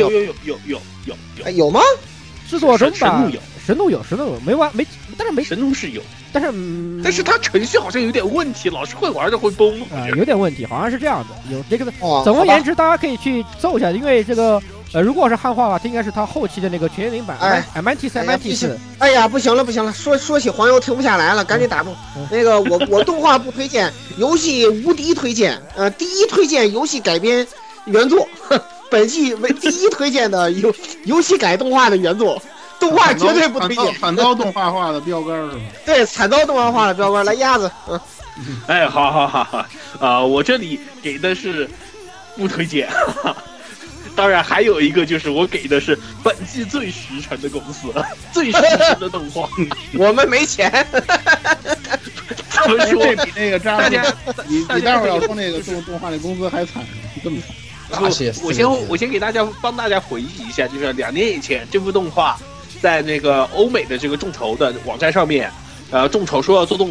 有吗？ 制作中吧，神怒有，但是没神怒是有， 但是它程序好像有点问题，老是会玩就会崩有点问题，好像是这样的，有这个。总而言之，大家可以去搜一下，因为这个。如果是汉化的话，它应该是它后期的那个全民版 Mantis。 哎呀，不行了，说起黄油停不下来了，赶紧打住。那个我动画不推荐，游戏无敌推荐。第一推荐游戏改编原作，本季为第一推荐的游戏改动画的原作，动画绝对不推荐。 惨遭动画化的标杆是吧？ 对，惨遭动画化的标杆，来鸭子。 哎，好，我这里给的是不推荐。当然还有一个就是我给的是本季最实诚的公司，最实诚的动画。 我们没钱。 怎么说？ 这比那个渣你待会儿要说那个动画那公司还惨，这么惨。 我先给帮大家回忆一下，就是2年以前这部动画在那个欧美的这个众筹的网站上面，众筹说要做动画，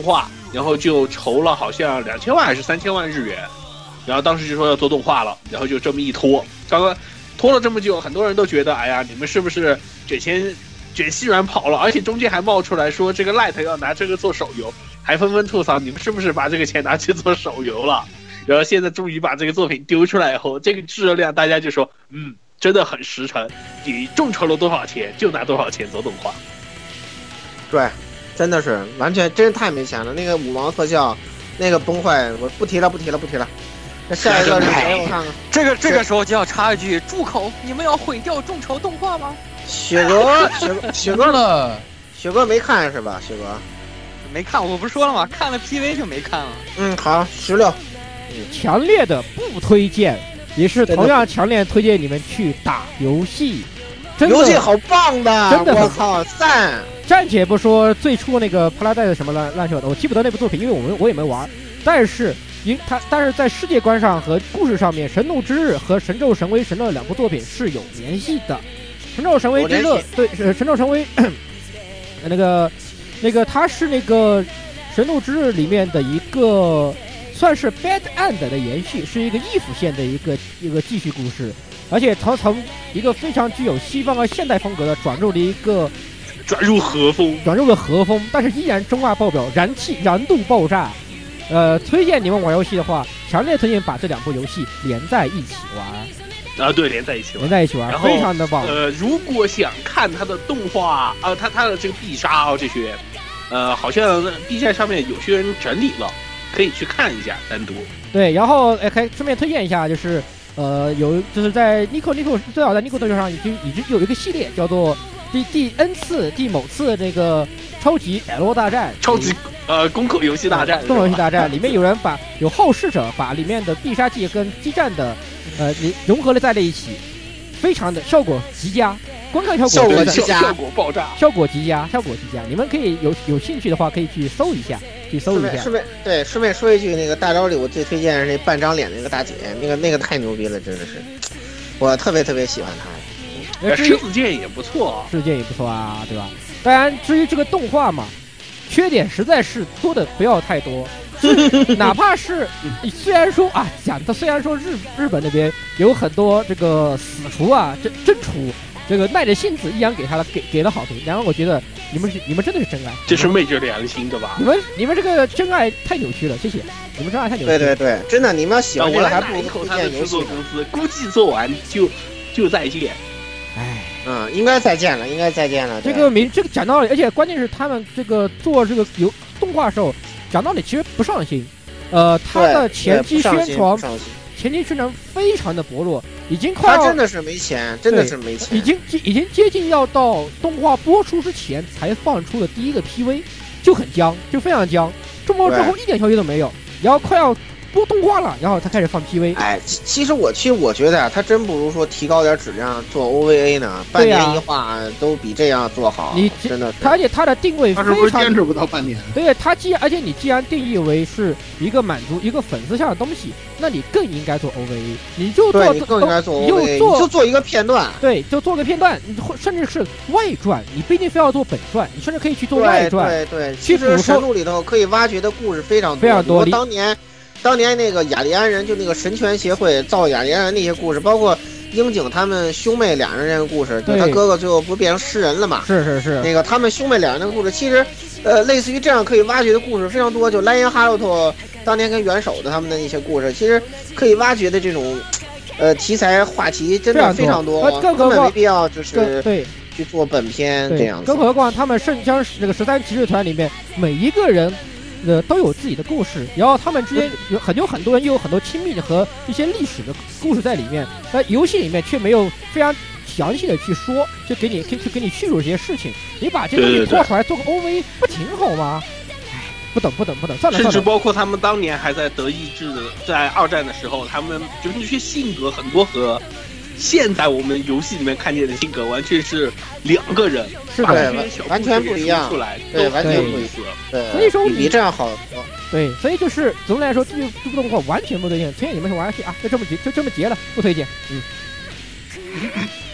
然后就筹了好像2000万还是3000万日元，然后当时就说要做动画了，然后就这么一拖，刚刚拖了这么久，很多人都觉得，哎呀，你们是不是卷西软跑了？而且中间还冒出来说这个 Light 要拿这个做手游，还纷纷吐槽你们是不是把这个钱拿去做手游了？然后现在终于把这个作品丢出来以后，这个质量大家就说，真的很实诚，你众筹了多少钱就拿多少钱做动画。 对，真的是完全真是太没钱了。那个五毛特效，那个崩坏，我不提了。那下一个是谁？我看看。 这个时候就要插一句：住口！你们要毁掉众筹动画吗？ 雪哥了， 雪哥没看是吧？雪哥没看，我不是说了吗？看了 PV 就没看了。 好，16。 强烈的不推荐，也是同样强烈推荐你们去打游戏。 游戏好棒的， 真的我靠，赞！ 暂且不说最初那个帕拉戴的什么乱七八糟，我记不得那部作品，因为我也没玩。但是在世界观上和故事上面，《神怒之日》和《神咒神威神乐》两部作品是有联系的。神咒神威之乐，对，神咒神威，那个它是那个神怒之日里面的一个算是 Bad End 的延续，是一个义府线的一个继续故事。而且从一个非常具有西方和现代风格的转入了和风，但是依然中二爆表，燃度爆炸。推荐你们玩游戏的话，强烈推荐把这两部游戏连在一起玩。 对，连在一起玩，然后非常的棒。 如果想看它的动画它的这个必杀这些，好像 B 站上面有些人整理了，可以去看一下单独。对， 然后可以顺便推荐一下，就是就是在 Nico 最早在 Nico 上已经有一个系列叫做第 N 次第某次这个超级 L 大战， 超级攻口游戏大战， 里面有人有好事者把里面的必杀技跟激战的融合了在了一起，非常的效果极佳，观看效果爆炸， 效果极佳。你们可以有兴趣的话可以去搜一下。顺便说一句，那个大招里我最推荐是那半张脸那个大姐，那个太牛逼了，真的是，我特别喜欢她。 狮子剑也不错啊，对吧？当然，至于这个动画嘛，缺点实在是多的不要太多。哪怕是虽然说日本那边有很多这个死厨啊、真厨，这个耐着性子依然给了好评。然后我觉得你们真的是真爱， 这是昧着良心的吧？ 你们这个真爱太扭曲了，谢谢。你们真爱太扭曲了。对，真的，你们要喜欢这个还不如推荐游戏公司，估计做完就再见。 应该再见了。 这个讲道理，而且关键是他们这个做这个动画时候，讲道理其实不上心。他的前期宣传非常的薄弱，已经快要他真的是没钱， 已经接近要到动画播出之前才放出的第一个 PV， 就很僵，就非常僵。这么之后一点消息都没有，然后快要播动画了，然后他开始放 PV。 其实我觉得他真不如说提高点质量做 OVA 呢，半年一话都比这样做好。真的， 而且他的定位非常， 他是不是坚持不到半年？ 对，而且你既然定义为是一个满足一个粉丝向的东西，那你更应该做 OVA。你就做， 你更应该做 OVA， 你就做一个片段。 对，就做个片段，甚至是外传，你不一定非要做本传，你甚至可以去做外传。 对，其实神路里头可以挖掘的故事非常多。当年那个雅利安人，就那个神权协会造雅利安人那些故事，包括樱井他们兄妹两人这个故事，就他哥哥最后不变成诗人了嘛？ 是。 那个他们兄妹两人的故事，其实类似于这样可以挖掘的故事非常多。就莱因哈洛特当年跟元首的他们的一些故事，其实可以挖掘的这种题材话题真的非常多，根本没必要就是去做本片这样子。 更何况他们圣江这个13骑士团里面每一个人。都有自己的故事，然后他们之间有很多人又有很多亲密的和一些历史的故事在里面，在游戏里面却没有非常详细的去说，就给你叙述这些事情。你把这东西拖出来做个 OV 不挺好吗？不等，算了。 甚至包括他们当年还在德意志的，在2战的时候，他们就是那些性格很多和现在我们游戏里面看见的性格完全是两个人， 是的， 完全不一样，对，完全不一样。对， 所以说比这样好。 对，所以就是总的来说，这部动画完全不推荐，推荐你们去玩游戏啊，就这么结了，不推荐。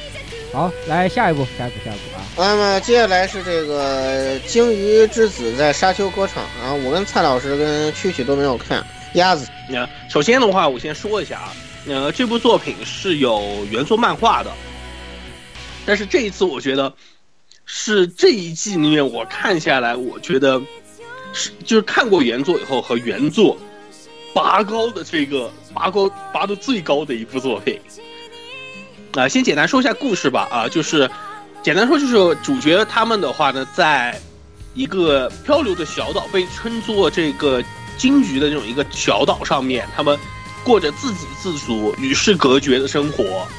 好，来下一步啊。 那么接下来是这个鲸鱼之子在沙丘歌唱啊，我跟蔡老师跟蛐蛐都没有看。鸭子， 首先的话，我先说一下啊，这部作品是有原作漫画的，但是这一次我觉得是这一季里面我看下来，我觉得是就是看过原作以后和原作拔高的这个拔得最高的一部作品。先简单说一下故事吧啊，就是简单说就是主角他们的话呢，在一个漂流的小岛，被称作这个鲸鱼的这种一个小岛上面，他们过着自给自足、与世隔绝的生活。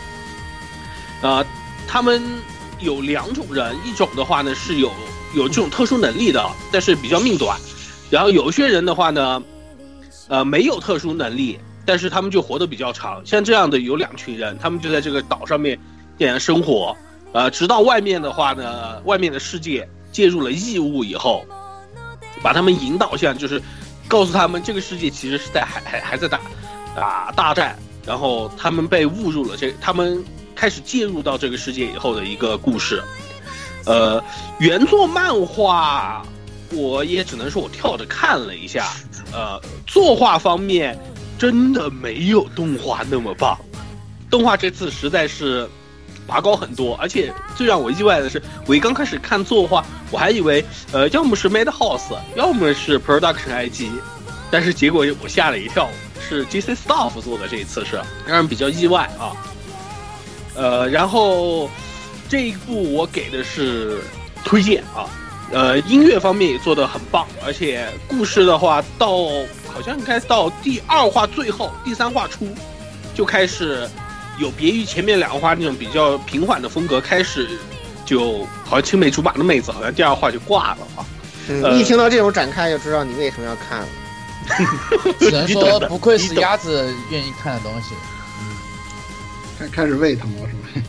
他们有两种人，一种的话呢是有这种特殊能力的，但是比较命短；然后有些人的话呢，没有特殊能力，但是他们就活得比较长。像这样的有两群人，他们就在这个岛上面生活，直到外面的话呢，外面的世界介入了异物以后，把他们引导向，就是告诉他们这个世界其实是在还在打大战，然后他们被误入了他们开始介入到这个世界以后的一个故事。原作漫画我也只能说我跳着看了一下，作画方面真的没有动画那么棒，动画这次实在是拔高很多，而且最让我意外的是，我一刚开始看作画，我还以为要么是 Madhouse， 要么是 Production IG， 但是结果我吓了一跳，是 GC Staff 做的，这一次是让人比较意外啊。然后这一部我给的是推荐啊，音乐方面也做得很棒，而且故事的话好像应该到第2话最后第3话初就开始有别于前面2话那种比较平缓的风格，开始就好像青梅竹马的妹子好像第2话就挂了啊。 一听到这种展开就知道你为什么要看了。 只能说不愧是鸭子愿意看的东西。 开始胃疼了是吧？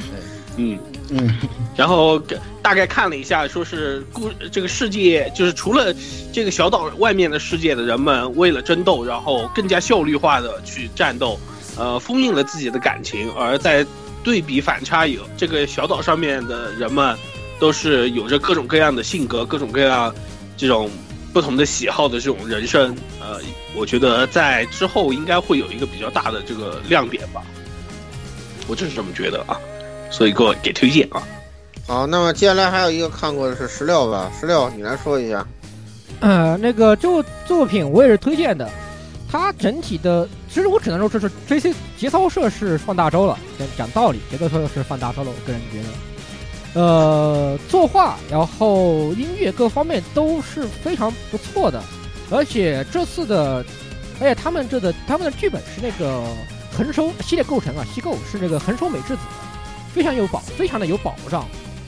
然后大概看了一下，说是这个世界就是除了这个小岛外面的世界的人们为了争斗，然后更加效率化的去战斗，封印了自己的感情，而在对比反差有这个小岛上面的人们都是有着各种各样的性格，各种各样这种不同的喜好的这种人生，我觉得在之后应该会有一个比较大的这个亮点吧，我就是这么觉得啊，所以给推荐啊。 好，那么接下来还有一个看过的是16吧，16你来说一下。 那个这部作品我也是推荐的，它整体的其实我只能说这是 JC 节操社是放大招了，讲道理，节操社是放大招了，我个人觉得。作画然后音乐各方面都是非常不错的，而且这次的，而且他们的剧本是那个横收系列构成啊，西构是那个横收美智子，非常的有保障。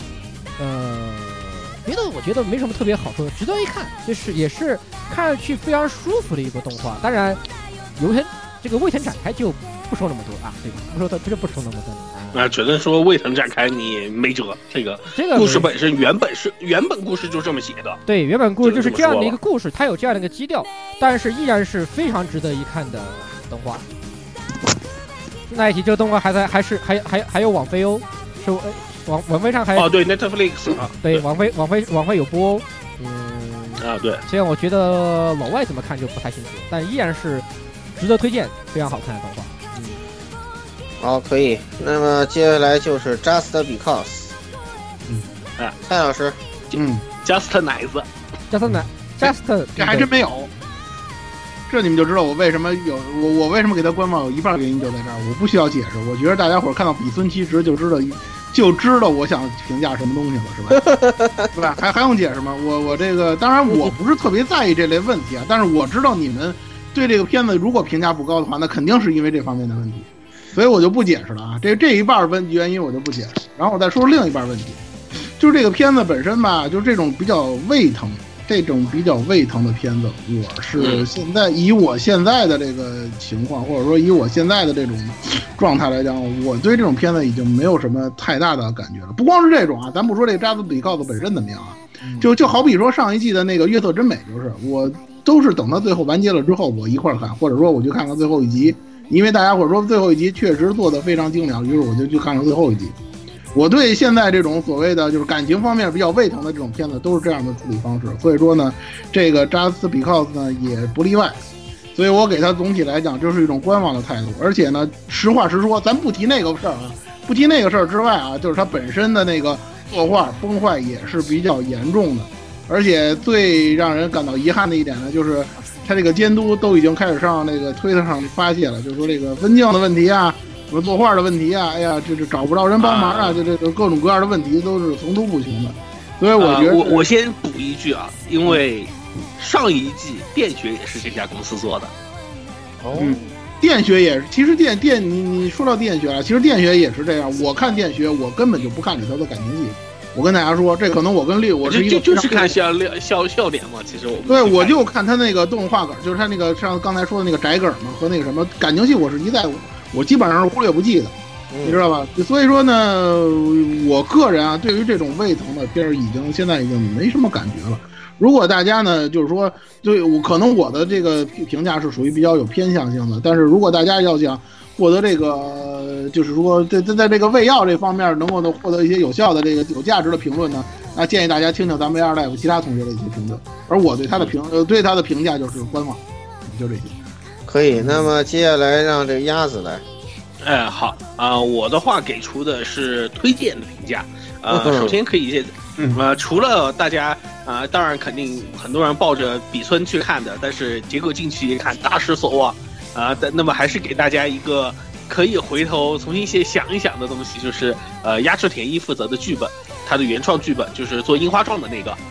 别的我觉得没什么特别好说的，值得一看，就是也是看上去非常舒服的一个动画。当然，这个未曾展开就不说那么多啊，对吧？不说那么多。 只能说未曾展开你没辙。这个故事本身原本故事就这么写的。对，原本故事就是这样的一个故事，它有这样的一个基调，但是依然是非常值得一看的动画。那一起这个动画还有网飞哦，是网飞上还对 Netflix 啊，对网飞有播哦。对，虽然我觉得老外怎么看就不太清楚，但依然是值得推荐，非常好看的动画。 好，可以。那么接下来就是 Just Because。蔡老师。 Just 奶子。 Just 这还真没有。这你们就知道我为什么我为什么给他官方有一半原因就在这儿，我不需要解释。我觉得大家伙看到比孙七十就知道我想评价什么东西了，是吧？对吧？还用解释吗？我这个当然我不是特别在意这类问题啊，但是我知道你们对这个片子如果评价不高的话，那肯定是因为这方面的问题，所以我就不解释了啊。这一半原因我就不解释，然后我再说另一半问题，就是这个片子本身吧，就是这种比较胃疼的片子，我是现在以我现在的这个情况，或者说以我现在的这种状态来讲，我对这种片子已经没有什么太大的感觉了。不光是这种啊，咱不说这个扎斯比告诉本身怎么样啊，就好比说上一季的那个月色真美，就是我都是等到最后完结了之后我一块看，或者说我去看看最后一集，因为大家伙说最后一集确实做得非常精良，于是我就去看看最后一集。 我对现在这种所谓的就是感情方面比较胃疼的这种片子都是这样的处理方式，所以说呢，这个 Just Because 呢也不例外。所以我给他总体来讲就是一种观望的态度，而且呢，实话实说，咱不提那个事儿啊，不提那个事儿之外啊，就是他本身的那个作画崩坏也是比较严重的，而且最让人感到遗憾的一点呢，就是他这个监督都已经开始上那个推特上发泄了，就是说这个分镜的问题啊。什么作画的问题啊，哎呀，这找不着人帮忙啊，就这个各种各样的问题都是层出不穷的，所以我觉得我先补一句啊，因为上一季电学也是这家公司做的。 电学也是，其实你说到电学啊，其实电学也是这样。我看电学，我根本就不看里头的感情戏。我跟大家说，这可能我跟我是一个就是看笑点嘛。其实我就看他那个动画梗，就是他那个像刚才说的那个宅梗嘛，和那个什么感情戏，我基本上是忽略不计的，你知道吧？所以说呢，我个人啊，对于这种胃疼的片儿，现在已经没什么感觉了。如果大家呢，就是说，可能我的这个评价是属于比较有偏向性的，但是如果大家要想获得这个，就是说在这个胃药这方面能够获得一些有效的这个有价值的评论呢，那建议大家听听咱们AR Live其他同学的一些评论。而我对他的评价就是观望，就这些。 可以，那么接下来让这个鸭子来。 好啊，我的话给出的是推荐的评价。首先可以除了大家当然肯定很多人抱着比村去看的，但是结果进去一看大失所望那么还是给大家一个可以回头重新想一想的东西，就是鸭志田一负责的剧本，他的原创剧本就是做樱花状的那个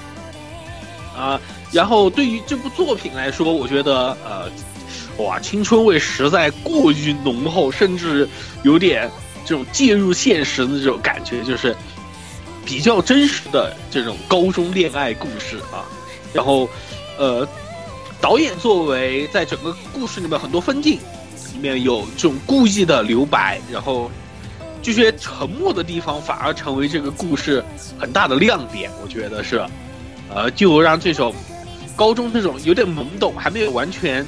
然后对于这部作品来说，我觉得青春味实在过于浓厚，甚至有点这种介入现实的这种感觉，就是比较真实的这种高中恋爱故事啊。然后导演作为在整个故事里面很多分镜里面有这种故意的留白，然后这些沉默的地方反而成为这个故事很大的亮点，我觉得是就让这种高中这种有点懵懂还没有完全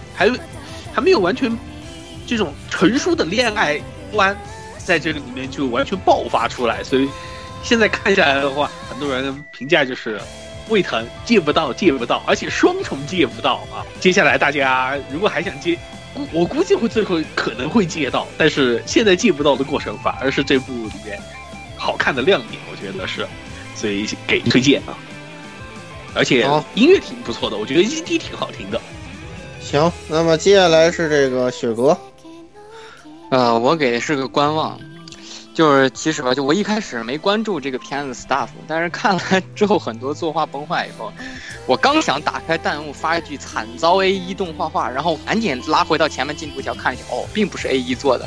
这种成熟的恋爱观在这个里面就完全爆发出来，所以现在看下来的话，很多人评价就是胃疼，借不到，而且双重借不到啊！接下来大家如果还想借，我估计最后可能会借到，但是现在借不到的过程反而是这部里面好看的亮点，我觉得是，所以给推荐啊！而且音乐挺不错的，我觉得 ED 挺好听的。 行，那么接下来是这个雪哥。 我给的是个观望，就是其实吧，就我一开始没关注这个片子 stuff， 但是看了之后很多作画崩坏以后，我刚想打开弹幕发一句惨遭 A1 动画化，然后赶紧拉回到前面进度条看一下，并不是 A1 做的。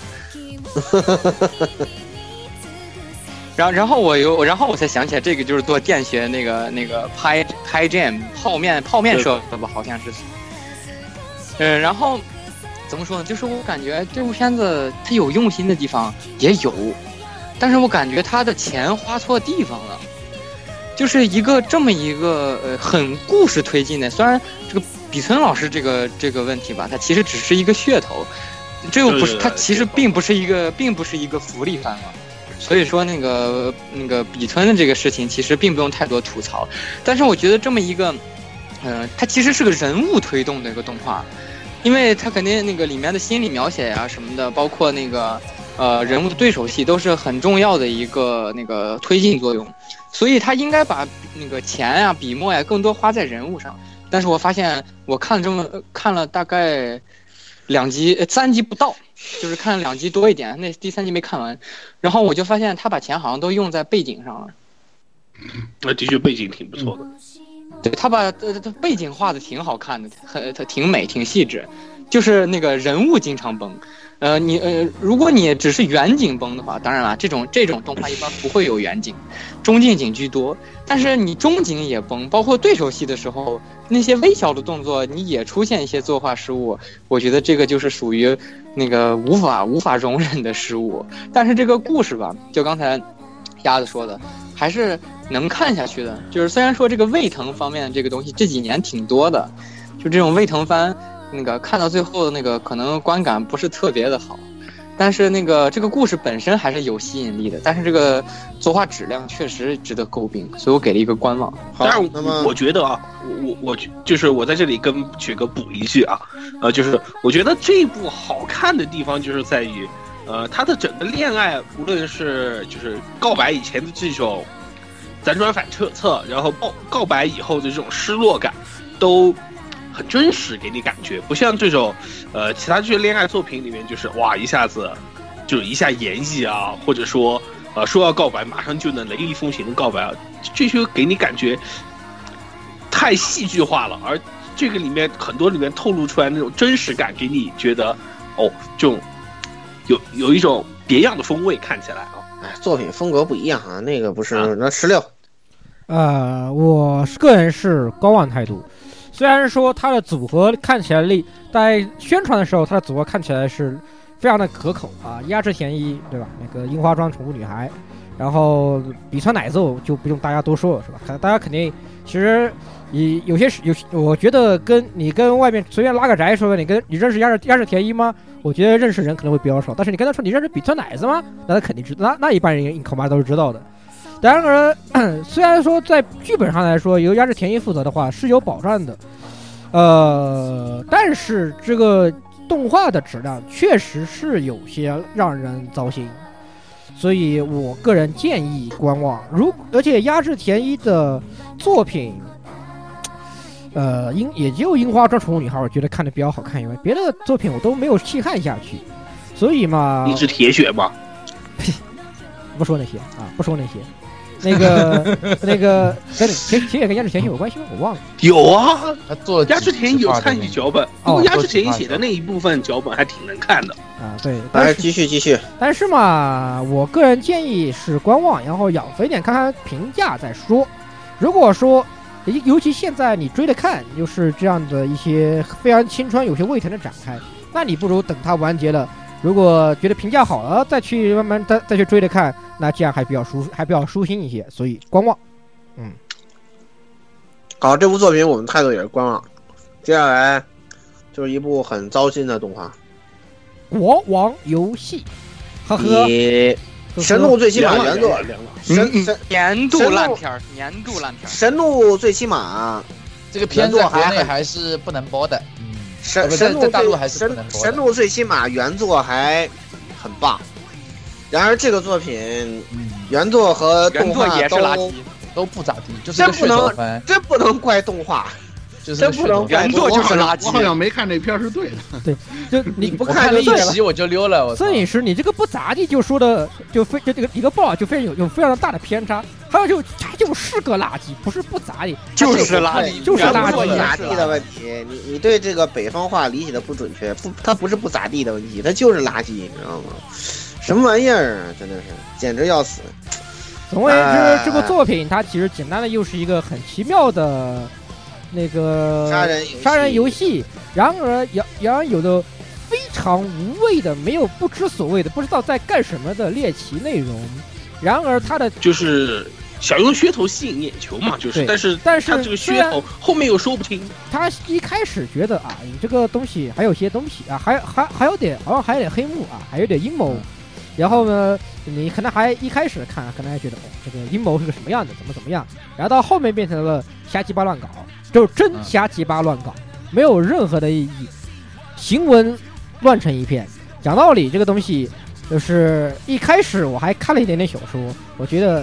然后我才想起来，这个就是做电学那个拍 Jam 泡面社的吧，好像是。然后怎么说呢？就是我感觉这部片子它有用心的地方也有，但是我感觉它的钱花错地方了。就是这么一个很故事推进的，虽然这个比村老师这个问题吧，它其实只是一个噱头，这又不是它其实并不是一个福利番嘛。所以说那个比村的这个事情其实并不用太多吐槽，但是我觉得这么一个它其实是个人物推动的一个动画，因为它肯定那个里面的心理描写呀什么的，包括那个人物的对手戏都是很重要的一个那个推进作用，所以他应该把那个钱呀笔墨呀更多花在人物上。但是我发现我看了大概3集不到，就是看了2集多一点，那第3集没看完，然后我就发现他把钱好像都用在背景上了。 那的确背景挺不错的。 对，他把背景画的挺好看的，挺美挺细致，就是那个人物经常崩。如果你只是远景崩的话，当然了，这种动画一般不会有远景，中近景居多。但是你中景也崩，包括对手戏的时候，那些微小的动作你也出现一些作画失误，我觉得这个就是属于那个无法容忍的失误。但是这个故事吧，就刚才鸭子说的，还是能看下去的。就是虽然说这个胃疼方面的这个东西这几年挺多的，就这种胃疼番。那个看到最后的那个可能观感不是特别的好， 但是那个这个故事本身还是有吸引力的，但是这个作画质量确实值得诟病，所以我给了一个观望。 但是我觉得啊，我就是我在这里跟雪哥补一句啊，就是我觉得这一部好看的地方就是在于，他的整个恋爱，无论是就是告白以前的这种辗转反侧，然后告白以后的这种失落感，都很真实，给你感觉不像这种其他这些恋爱作品里面，就是哇一下子就一下演绎啊，或者说说要告白马上就能雷厉风行的告白啊，这就给你感觉太戏剧化了，而这个里面很多里面透露出来那种真实感，给你觉得哦，这种有一种别样的风味，看起来啊， 作品风格不一样啊，那个不是那16。 我个人是观望态度。虽然说它的组合看起来在宣传的时候，它的组合看起来是非常的可口啊，压制田一，对吧？那个樱花庄宠物女孩，然后比川乃奏就不用大家多说了，是吧？大家肯定其实有些，我觉得你跟外面随便拉个宅说你认识压制田一吗？我觉得认识人可能会比较少，但是你跟他说你认识比川乃子吗？那他肯定知道，那一般人恐怕都是知道的。然而，虽然说在剧本上来说由压制田一负责的话是有保障的，但是这个动画的质量确实是有些让人糟心，所以我个人建议观望。而且压制田一的作品，也就樱花庄宠物女孩我觉得看的比较好看以外，别的作品我都没有细看下去，所以嘛， 你是铁血吗？ 不说那些啊，不说那些。那个，铁血跟压制田一有关系吗？我忘了。 有啊， 他做压制田一有参与脚本，不过压制田一写的那一部分脚本还挺能看的啊。对， 来继续。 但是嘛，我个人建议是观望，然后养肥点，看看评价再说。如果说，尤其现在你追着看，又是这样的一些非常青春、有些胃疼的展开，那你不如等它完结了。如果觉得评价好了，再去慢慢再去追着看，那这样还比较舒心一些，所以观望。 好，这部作品我们态度也是观望。接下来就是一部很糟心的动画 《国王游戏》，呵呵。 神怒最起码原作年度烂片。 神怒最起码这个片子还是不能播的。神怒最起码原作还很棒， 然而这个作品原作和动画也是垃圾， 都不咋地，就是个噱头番。 真不能怪动画，真不能原作就是垃圾。 我好像没看这片是对的。 对，就你不看了一集我就溜了。 摄影师，你这个不咋地就说的就这个一个报就有非常大的偏差。还有它就是个垃圾，不是不咋地， 就是垃圾， 就是垃圾。 咋地的问题，你对这个北方话理解的不准确，它不是不咋地的问题，它就是垃圾，你知道吗？什么玩意儿啊，真的是简直要死。 总而言之，这部作品它其实简单的又是一个很奇妙的那个杀人游戏，然而有的非常无谓的、没有不知所谓的、不知道在干什么的猎奇内容。然而它的就是想用噱头吸引眼球嘛，就是，但是它这个噱头后面又说不清。 他一开始觉得啊，你这个东西还有些东西啊，还有点好像还有点黑幕啊，还有点阴谋。然后呢，你可能还一开始看，可能还觉得这个阴谋是个什么样的，怎么样。然后到后面变成了瞎鸡巴乱搞，就是真瞎鸡巴乱搞，没有任何的意义，行文乱成一片。讲道理，这个东西。就是一开始我还看了一点点小说，我觉得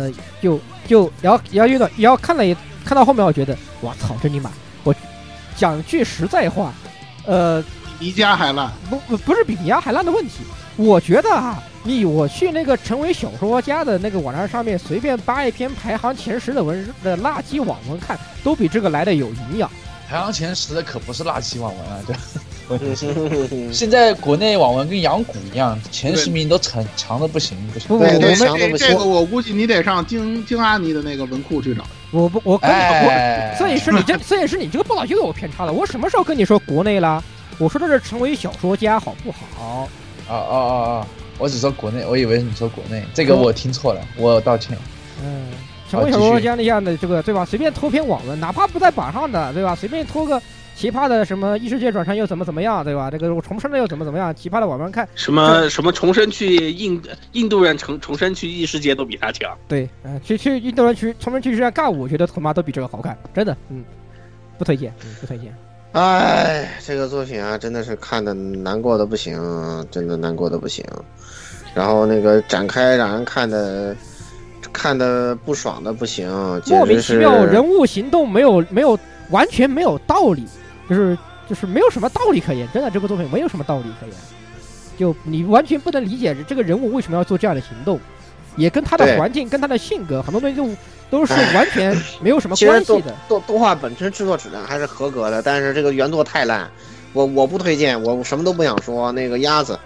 然后看到后面，我觉得我操，真尼玛！我讲句实在话， 比尼加还烂， 不是比尼加还烂的问题。我觉得啊，我去那个成为小说家的那个网站上面随便扒一篇排行前10的垃圾网文看，都比这个来的有营养。 排行前10的可不是垃圾网文啊，对。现在国内网文跟养股一样，前10名都强的不行。 对，强的不行。 这个我估计你得上京阿尼的那个文库去找。 我摄影师你这个报道又有偏差了。我什么时候跟你说国内啦？我说的是成为小说家好不好？ 我只说国内，我以为你说国内，这个我听错了，我道歉。 成为小说家那样的这个对吧？随便拖篇网文，哪怕不在榜上的对吧？随便拖个奇葩的什么异世界转生又怎么样，对吧？这个重生的又怎么样？奇葩的网上看什么重生去印度人重生去异世界都比他强。 对，去印度人重生去异世界干我觉得他妈都比这个好看，真的，不推荐，不推荐。 哎，这个作品啊，真的是看的难过的不行，真的难过的不行。然后那个展开让人看的不爽的不行， 莫名其妙，人物行动没有完全没有道理，就是没有什么道理可言，真的这部作品没有什么道理可言，就你完全不能理解这个人物为什么要做这样的行动，也跟他的环境跟他的性格很多东西都是完全没有什么关系的。 动画本身制作质量还是合格的，但是这个原作太烂，我不推荐，我什么都不想说。那个鸭子，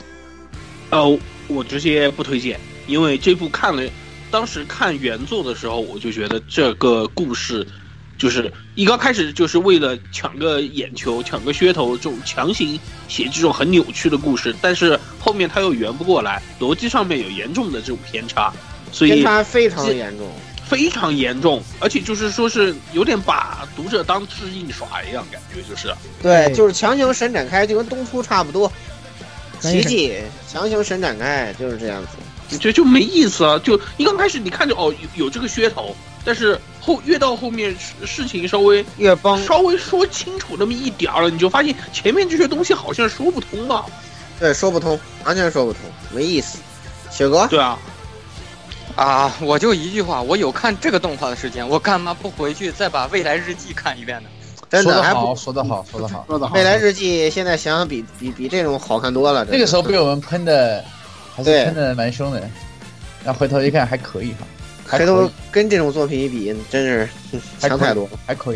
我直接不推荐，因为这部当时看原作的时候，我就觉得这个故事就是一刚开始就是为了抢个眼球、抢个噱头，这种强行写这种很扭曲的故事，但是后面他又圆不过来，逻辑上面有严重的这种偏差，所以偏差非常严重， 非常严重，而且就是说是有点把读者当智印耍一样，感觉就是对，就是强行神展开，就跟东出差不多，奇迹强行神展开就是这样子。 就没意思啊！就一刚开始你看着有这个噱头，但是越到后面事情稍微说清楚那么一点了，你就发现前面这些东西好像说不通了。 对，说不通，完全说不通，没意思。雪哥， 对啊， 我就一句话，我有看这个动画的时间，我干嘛不回去再把《未来日记》看一遍呢？ 真的说得好。 未来日记现在想想比这种好看多了。 那个时候被我们喷的。还是喷的蛮凶的，然后回头一看还可以哈， 回头跟这种作品一比，真是强太多， 还可以。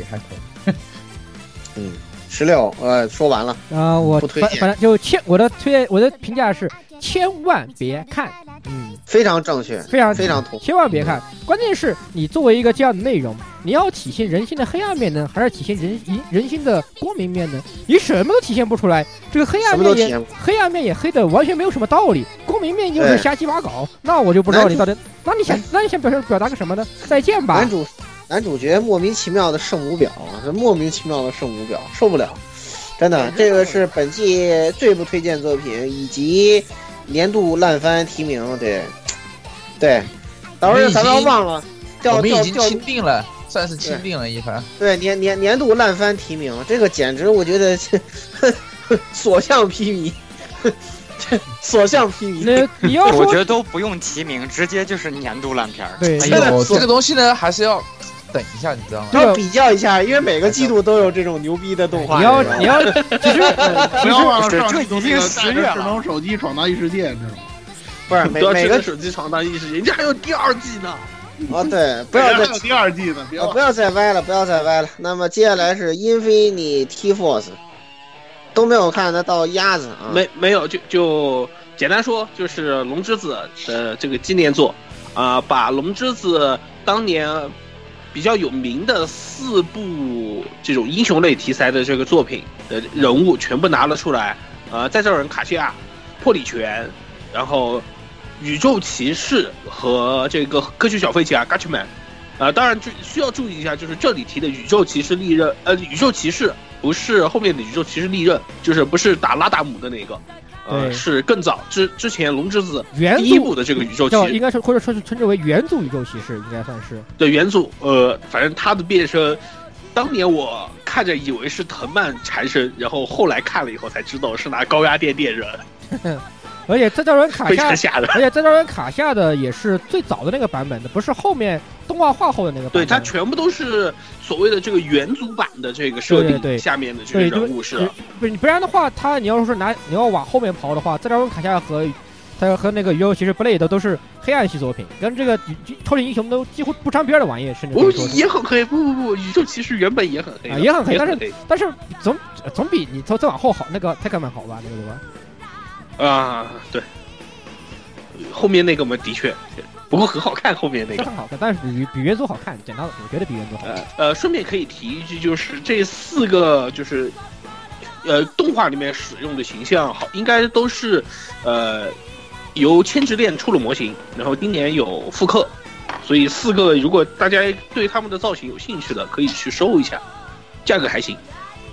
16，说完了我不推荐，反正就我的评价是千万别看， 非常正确，非常同， 千万别看。关键是你作为一个这样的内容，你要体现人性的黑暗面呢，还是体现人性的光明面呢？你什么都体现不出来，这个黑暗面也黑的完全没有什么道理，光明面就是瞎鸡巴搞，那我就不知道你到底，那你想表达个什么呢？再见吧。 男主角莫名其妙的圣母婊受不了，真的，这个是本季最不推荐作品，以及年度烂番提名。对，到时候咱们忘了， 我们已经钦定了，算是钦定了一番。 对，年度烂番提名，这个简直我觉得所向披靡。所向披靡。 你要说， 我觉得都不用提名，直接就是年度烂片。 对， 这个东西呢，还是要等一下，你知道吗？ 要比较一下，因为每个季度都有这种牛逼的动画。 你要，其实不要忘了上这已经10月了， 智能手机闯荡异世界，知道吗？ 不是每个手机闯荡异世界，人家还有第2季呢。 对，不要再第2季呢， 不要再歪了。那么接下来是 Infinity Force， 都没有看得到鸭子啊？ 没有，就简单说，就是龙之子的这个纪念作把龙之子当年比较有名的4部这种英雄类题材的这个作品的人物全部拿了出来，在这人卡西亚、破里泉，然后宇宙骑士和这个科学小飞侠 Gatchman， 当然需要注意一下，就是这里提的宇宙骑士利刃，宇宙骑士不是后面的宇宙骑士利刃，就是不是打拉达姆的那个。是更早之前龙之子第1部的这个宇宙骑士， 应该是或者说是称之为元祖宇宙骑士，应该算是对元祖。反正他的变身，当年我看着以为是藤蔓缠身，然后后来看了以后才知道是拿高压电电人。 而且这招人卡下的， 而且这招人卡下的也是最早的那个版本的，不是后面动画化后的那个版本。 对，它全部都是所谓的这个元祖版的这个设定下面的这个人物是。 不然的话，你要往后面跑的话，这招人卡下和那个宇宙骑士 Blade 都是黑暗系作品，跟这个超级英雄都几乎不沾边的玩意，甚至也很黑。不，宇宙骑士原本也很黑， 也很黑，但是总比你再往后好那个 Tekman 好吧，那个对吧？ 对，后面那个嘛，的确，不过很好看，后面那个很好看，但是比原作好看，简单，我觉得比原作好看。 顺便可以提一句，就是这4个就是动画里面使用的形象，应该都是由千之恋出了模型，然后今年有复刻，所以4个如果大家对他们的造型有兴趣的，可以去收一下，价格还行。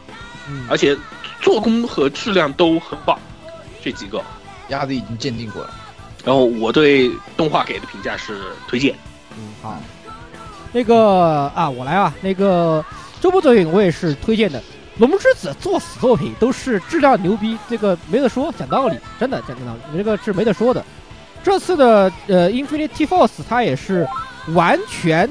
而且做工和质量都很棒，这几个鸭子已经鉴定过了。 然后我对动画给的评价是推荐。 好，那个啊，我来啊，那个这部作品我也是推荐的。龙之子作死作品都是质量牛逼，这个没得说，讲道理，真的讲道理，这个是没得说的。这次的Infinity Force 它也是完全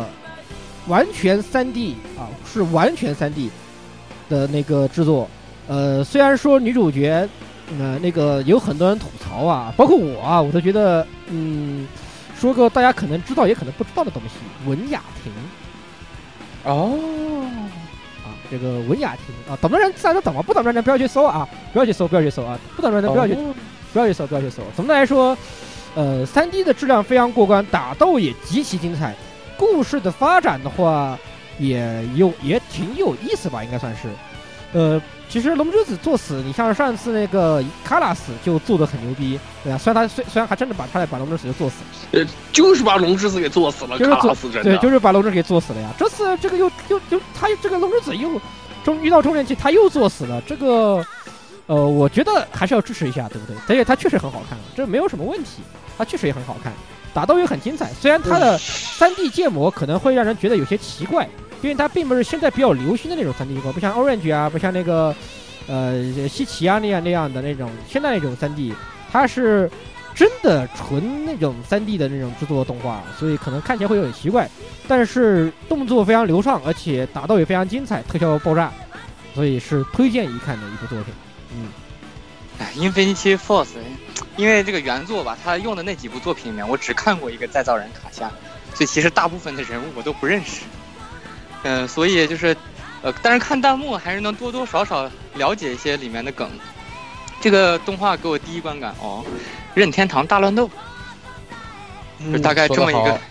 3D 啊，是完全 3D 的那个制作。虽然说女主角那个有很多人吐槽啊，包括我啊，我都觉得说个大家可能知道也可能不知道的东西，文雅婷。 哦。 这个文雅婷啊，懂的人自然就懂啊，不懂的人不要去搜啊，不要去搜啊，不懂的人不要去搜。总的来说，3D 的质量非常过关，打斗也极其精彩，故事的发展的话也挺有意思吧，应该算是。其实龙之子作死，你像上次那个卡拉斯就做得很牛逼，对啊，虽然还真的把龙之子就做死了， 就是把龙之子给做死了， 就是卡拉斯真的， 对，就是把龙之子给做死了呀。这次这个又他这个龙之子又遇到中年期他又做死了，这个我觉得还是要支持一下，对不对？而且他确实很好看，这没有什么问题，他确实也很好看，打斗也很精彩。虽然他的3D 建模可能会让人觉得有些奇怪。因为它并不是现在比较流行的那种 3D 建模，不像 Orange 啊，不像那个西奇啊那样的那种现在那种 3D， 它是真的纯那种 3D 的那种制作动画，所以可能看起来会有点奇怪，但是动作非常流畅，而且打斗也非常精彩，特效爆炸，所以是推荐一看的一部作品。 Infinity Force， 因为这个原作吧，他用的那几部作品里面，我只看过一个再造人卡夏，所以其实大部分的人物我都不认识。所以就是，但是看弹幕还是能多多少少了解一些里面的梗。这个动画给我第一观感任天堂大乱斗，就大概这么一个，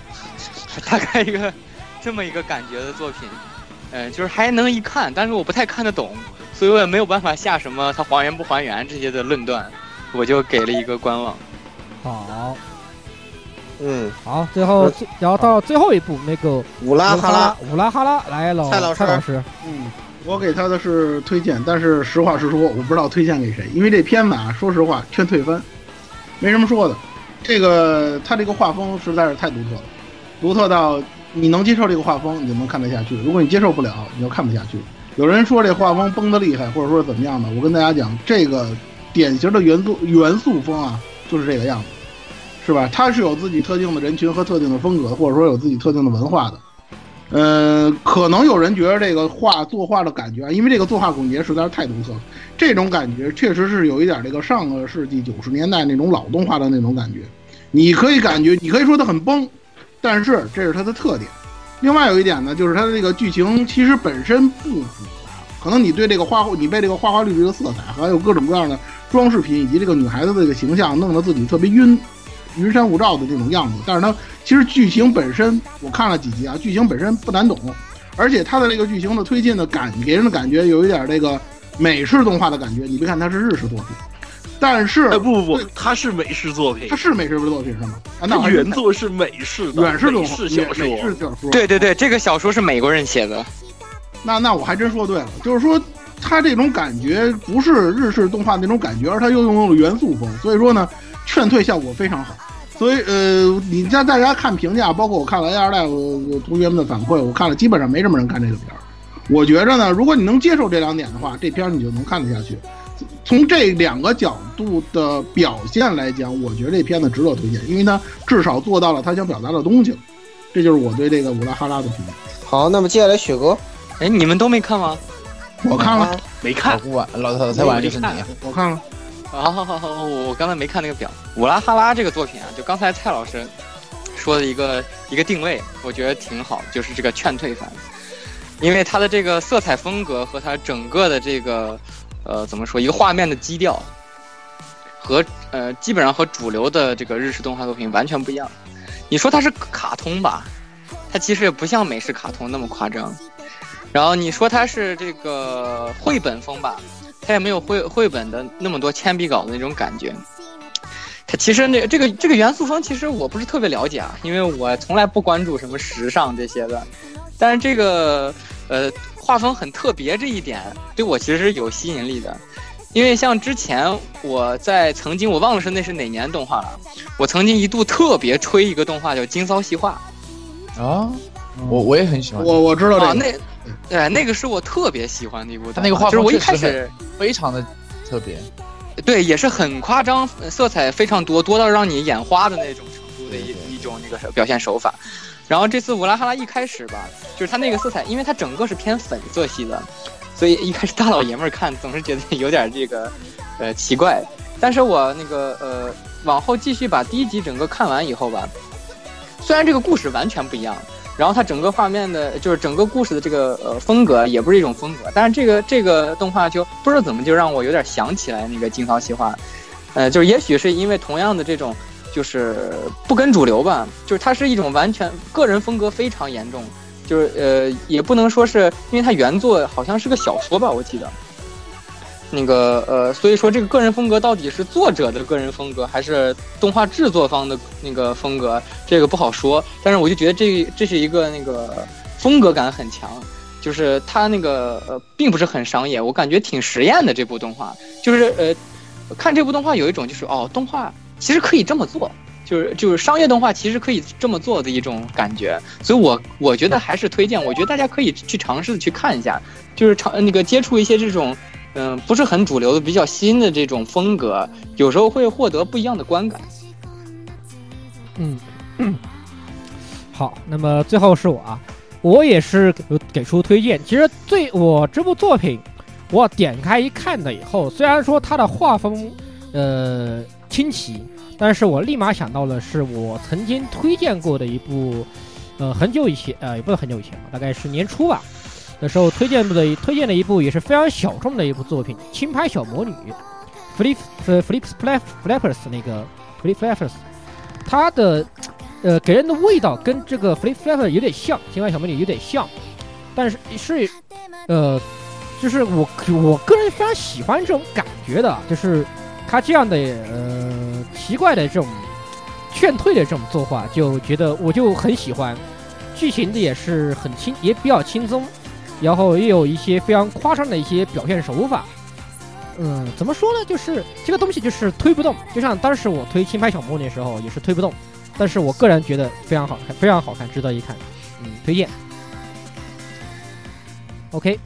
这么一个感觉的作品。就是还能一看，但是我不太看得懂，所以我也没有办法下什么它还原不还原这些的论断，我就给了一个观望。 好。好，然后到最后一部那个乌拉哈拉来了，蔡老师， 我给他的是推荐，但是实话实说，我不知道推荐给谁，因为这片子啊，说实话劝退番，没什么说的。他这个画风实在是太独特了，独特到你能接受这个画风，你就能看得下去；如果你接受不了，你就看不下去。有人说这画风崩得厉害，或者说怎么样的，我跟大家讲，这个典型的元素风啊，就是这个样子。是吧？它是有自己特定的人群和特定的风格，或者说有自己特定的文化的。可能有人觉得这个作画的感觉啊，因为这个作画总结实在是太独特了，这种感觉确实是有一点这个上个世纪90年代那种老动画的那种感觉。你可以说它很崩，但是这是它的特点。另外有一点呢，就是它的这个剧情其实本身不复杂，可能你对这个你被这个花花绿绿的色彩，还有各种各样的装饰品以及这个女孩子的这个形象弄得自己特别云山雾罩的那种样子，但是它其实剧情本身，我看了几集啊，剧情本身不难懂，而且它的这个剧情的推进的给人的感觉有一点这个美式动画的感觉。你别看它是日式作品，但是不，它是美式作品， 它是美式作品是吗？ 那原作是美式的， 美式小说。 对，这个小说是美国人写的。 那我还真说对了，就是说它这种感觉不是日式动画那种感觉，而它又用了元素风，所以说呢，劝退效果非常好。所以你让大家看评价，包括我看了 AR Live 同学们的反馈，我看了基本上没什么人看这个片儿。我觉着呢，如果你能接受这2点的话，这片儿你就能看得下去。从这2个角度的表现来讲，我觉得这片子值得推荐，因为它至少做到了他想表达的东西。这就是我对这个乌拉哈拉的评价。 好，那么接下来雪哥， 你们都没看吗？ 我看了， 没看。 老太晚就是你， 我看了。 好，我刚才没看那个表。乌拉哈拉这个作品啊，就刚才蔡老师说的一个定位，我觉得挺好，就是这个劝退番，因为它的这个色彩风格和它整个的这个怎么说，一个画面的基调和基本上和主流的这个日式动画作品完全不一样。你说它是卡通吧，它其实也不像美式卡通那么夸张。然后你说它是这个绘本风吧，它也没有绘本的那么多铅笔稿的那种感觉。它其实这个元素风其实我不是特别了解啊，因为我从来不关注什么时尚这些的。但是这个画风很特别这一点对我其实是有吸引力的。因为像之前我曾经我忘了那是哪年动画了，我曾经一度特别吹一个动画叫《金骚细化》 啊，我也很喜欢， 我知道这个，那个是我特别喜欢的一部动画， 他那个画风就是我一开始非常的特别， 对，也是很夸张，色彩非常多到让你眼花的那种程度的一种那个表现手法。然后这次乌拉哈拉一开始吧，就是它那个色彩，因为它整个是偏粉色系的。所以一开始大老爷们儿看总是觉得有点这个，奇怪。但是我那个往后继续把第1集整个看完以后吧，虽然这个故事完全不一样，然后它整个画面的，就是整个故事的这个风格也不是一种风格，但是这个动画就不知道怎么就让我有点想起来那个金骚细化，就是也许是因为同样的这种就是不跟主流吧，就是它是一种完全个人风格非常严重。就是也不能说是因为它原作好像是个小说吧，我记得那个所以说这个个人风格到底是作者的个人风格还是动画制作方的那个风格，这个不好说。但是我就觉得这是一个那个风格感很强，就是它那个并不是很商业，我感觉挺实验的这部动画。就是看这部动画有一种就是动画其实可以这么做。就是商业动画其实可以这么做的一种感觉，所以我觉得还是推荐，我觉得大家可以去尝试去看一下，就是那个接触一些这种不是很主流的比较新的这种风格，有时候会获得不一样的观感。 好，那么最后是我也是给出推荐。其实我这部作品我点开一看的以后，虽然说它的画风清奇，但是我立马想到的是我曾经推荐过的一部，很久以前，也不是很久以前吧，大概是年初吧的时候推荐的一部也是非常小众的一部作品，轻拍小魔女 Flippers 那个 Flip Flappers， 它的给人的味道跟这个 Flip Flappers 有点像，轻拍小魔女有点像，但是就是我个人非常喜欢这种感觉的，就是他这样的奇怪的这种劝退的这种作画，就觉得我就很喜欢。剧情的也是也比较轻松，然后也有一些非常夸张的一些表现手法。怎么说呢？就是这个东西就是推不动，就像当时我推轻拍小魔女的时候也是推不动，但是我个人觉得非常好看，非常好看，值得一看，推荐。OK，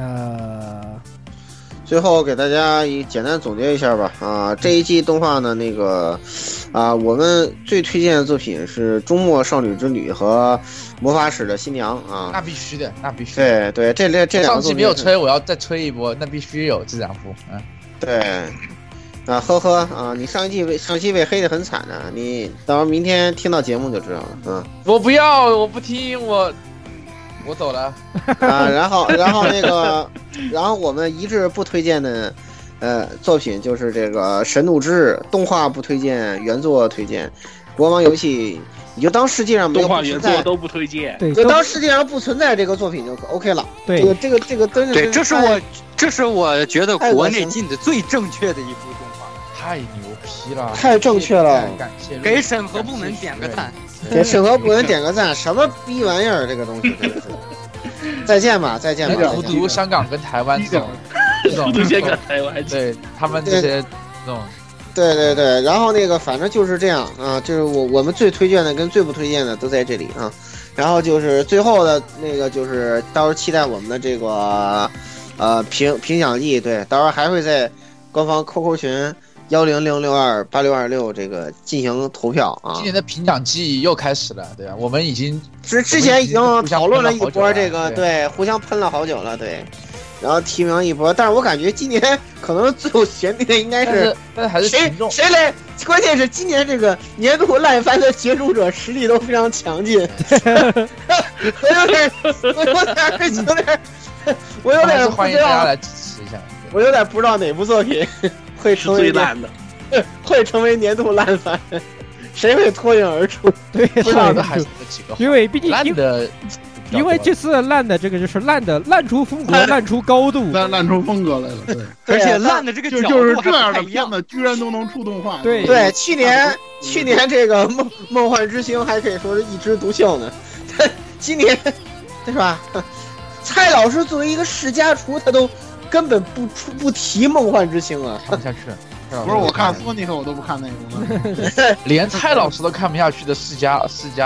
最后给大家简单总结一下吧。这一季动画呢，那个我们最推荐的作品是《终末少女之旅》和《魔法使的新娘》啊。 那必须的，那必须。 对，这两个作品上期没有吹，我要再吹一波，那必须有这两部。 对。你上期被黑得很惨的，你到时候明天听到节目就知道了。 我不要，我不听，我走了。 然后那个，然后我们一致不推荐的作品就是这个《神怒之日》，动画不推荐，原作推荐。国王游戏你就当世界上没有动画原作都不推荐， 对， 就当世界上不存在这个作品就 OK 了。 对， 这个真是对，这是我觉得国内进的最正确的一部动画， 太牛批了， 太正确了， 感谢， 给审核部门点个赞， 给审核部门点个赞，什么逼玩意儿这个东西真的是。再见吧。 孤独香港跟台湾这种香港台湾， 对他们这些这种。 对，然后那个反正就是这样啊，就是我们最推荐的跟最不推荐的都在这里啊。然后就是最后的那个就是到时候期待我们的这个评奖季，对，到时候还会在官方 QQ 群1006286626这个进行投票啊。 今年的评奖季又开始了，对啊，我们已经之前已经讨论了一波这个，对，互相喷了好久了，对。然后提名一波，但是我感觉今年可能最有悬念的应该是， 但是还是谁来？关键是今年这个年度烂番的角逐者实力都非常强劲，我有点欢迎大家来支持一下。 我有点不知道哪部作品会成为最烂的， 会成为年度烂番，谁会脱颖而出？ 对， 不知道的还是几个， 因为毕竟烂的。 因为这次烂的这个就是烂出风格，烂出高度， 烂出风格来了，对， 而且烂的这个角度就是这样的片子居然都能出动画， 对， 去年这个梦幻之星还可以说是一枝独秀呢，今年对吧？ 蔡老师作为一个世家厨，他都根本不提梦幻之星啊， 看不下去。 不是我看索尼克我都不看那个， 连蔡老师都看不下去的世家，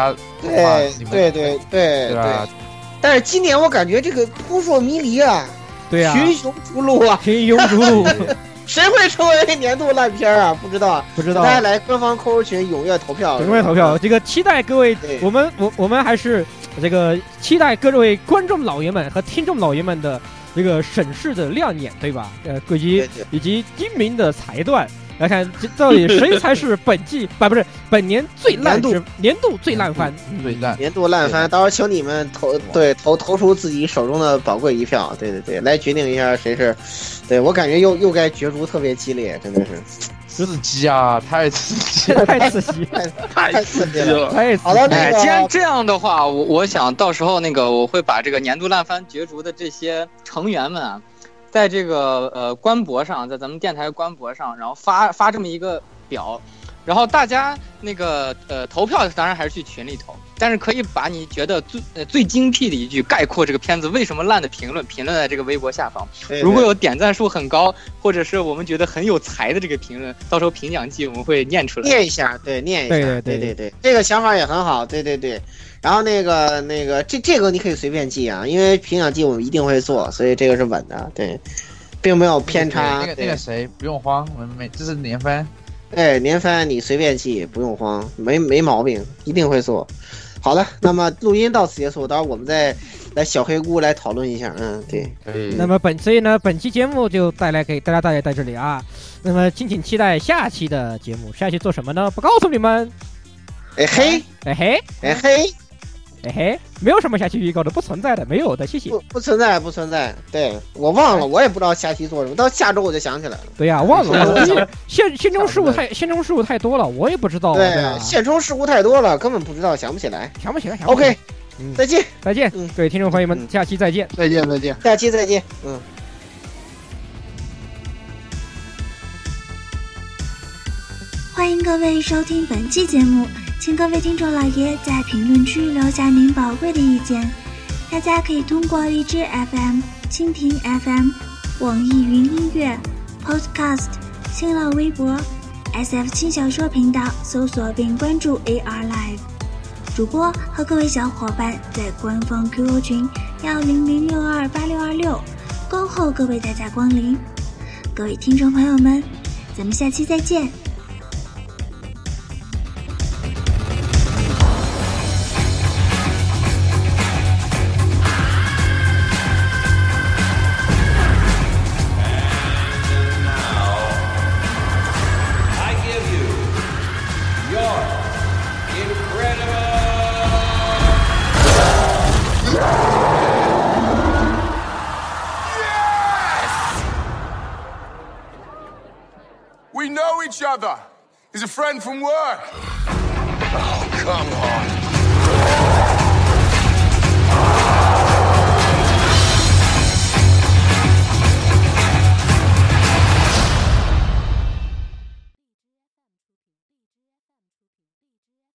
对吧？ 但是今年我感觉这个扑朔迷离啊， 对啊， 群雄逐鹿啊， 群雄逐鹿， 谁会成为年度烂片啊？不知道。大家来官方 QQ 群踊跃投票， 踊跃投票。这个期待各位，我们还是这个期待各位观众老爷们和听众老爷们的这个审视的亮眼，对吧？以及精明的裁断，来看到底谁才是本年最烂年度最烂番， 年度烂番。到时候请你们投出自己手中的宝贵一票，对，来决定一下谁是。对我感觉又该角逐特别激烈，真的是。 刺激啊！太刺激了， 太刺激了！ 好的， 既然这样的话，我想到时候我会把这个年度烂番角逐的这些成员们啊，在这个官博上，在咱们电台官博上，然后发这么一个表，然后大家投票当然还是去群里投，但是可以把你觉得最精辟的一句概括这个片子为什么烂的评论在这个微博下方。如果有点赞数很高，或者是我们觉得很有才的这个评论，到时候评奖季我们会念出来， 念一下，对，这个想法也很好，对。然后这个你可以随便记啊，因为评奖季我们一定会做，所以这个是稳的，对，并没有偏差。 那个谁不用慌，我们这是年番。 年番你随便记，不用慌，没毛病，一定会做。好的，那么录音到此结束，到时候我们再来小黑屋来讨论一下。对。 那么本期节目就带来给大家在这里啊。那么敬请期待下期的节目，下期做什么呢？不告诉你们。没有什么下期预告的，不存在的，没有的，谢谢。 不存在。对，我忘了，我也不知道下期做什么，到下周我就想起来了。 对呀，忘了，县中事务太多了，我也不知道。 对啊，县中事务太多了，根本不知道，想不起来。OK，再见。 各位听众朋友们，下期再见。 下期再见。 欢迎各位收听本期节目，请各位听众老爷在评论区留下您宝贵的意见。大家可以通过荔枝 FM、蜻蜓 FM、网易云音乐、Podcast、新浪微博、SF 轻小说频道搜索并关注 AR Live。主播和各位小伙伴在官方 QQ 群100628626，恭候各位大驾光临。各位听众朋友们，咱们下期再见。 He's a friend from work. Oh, come on.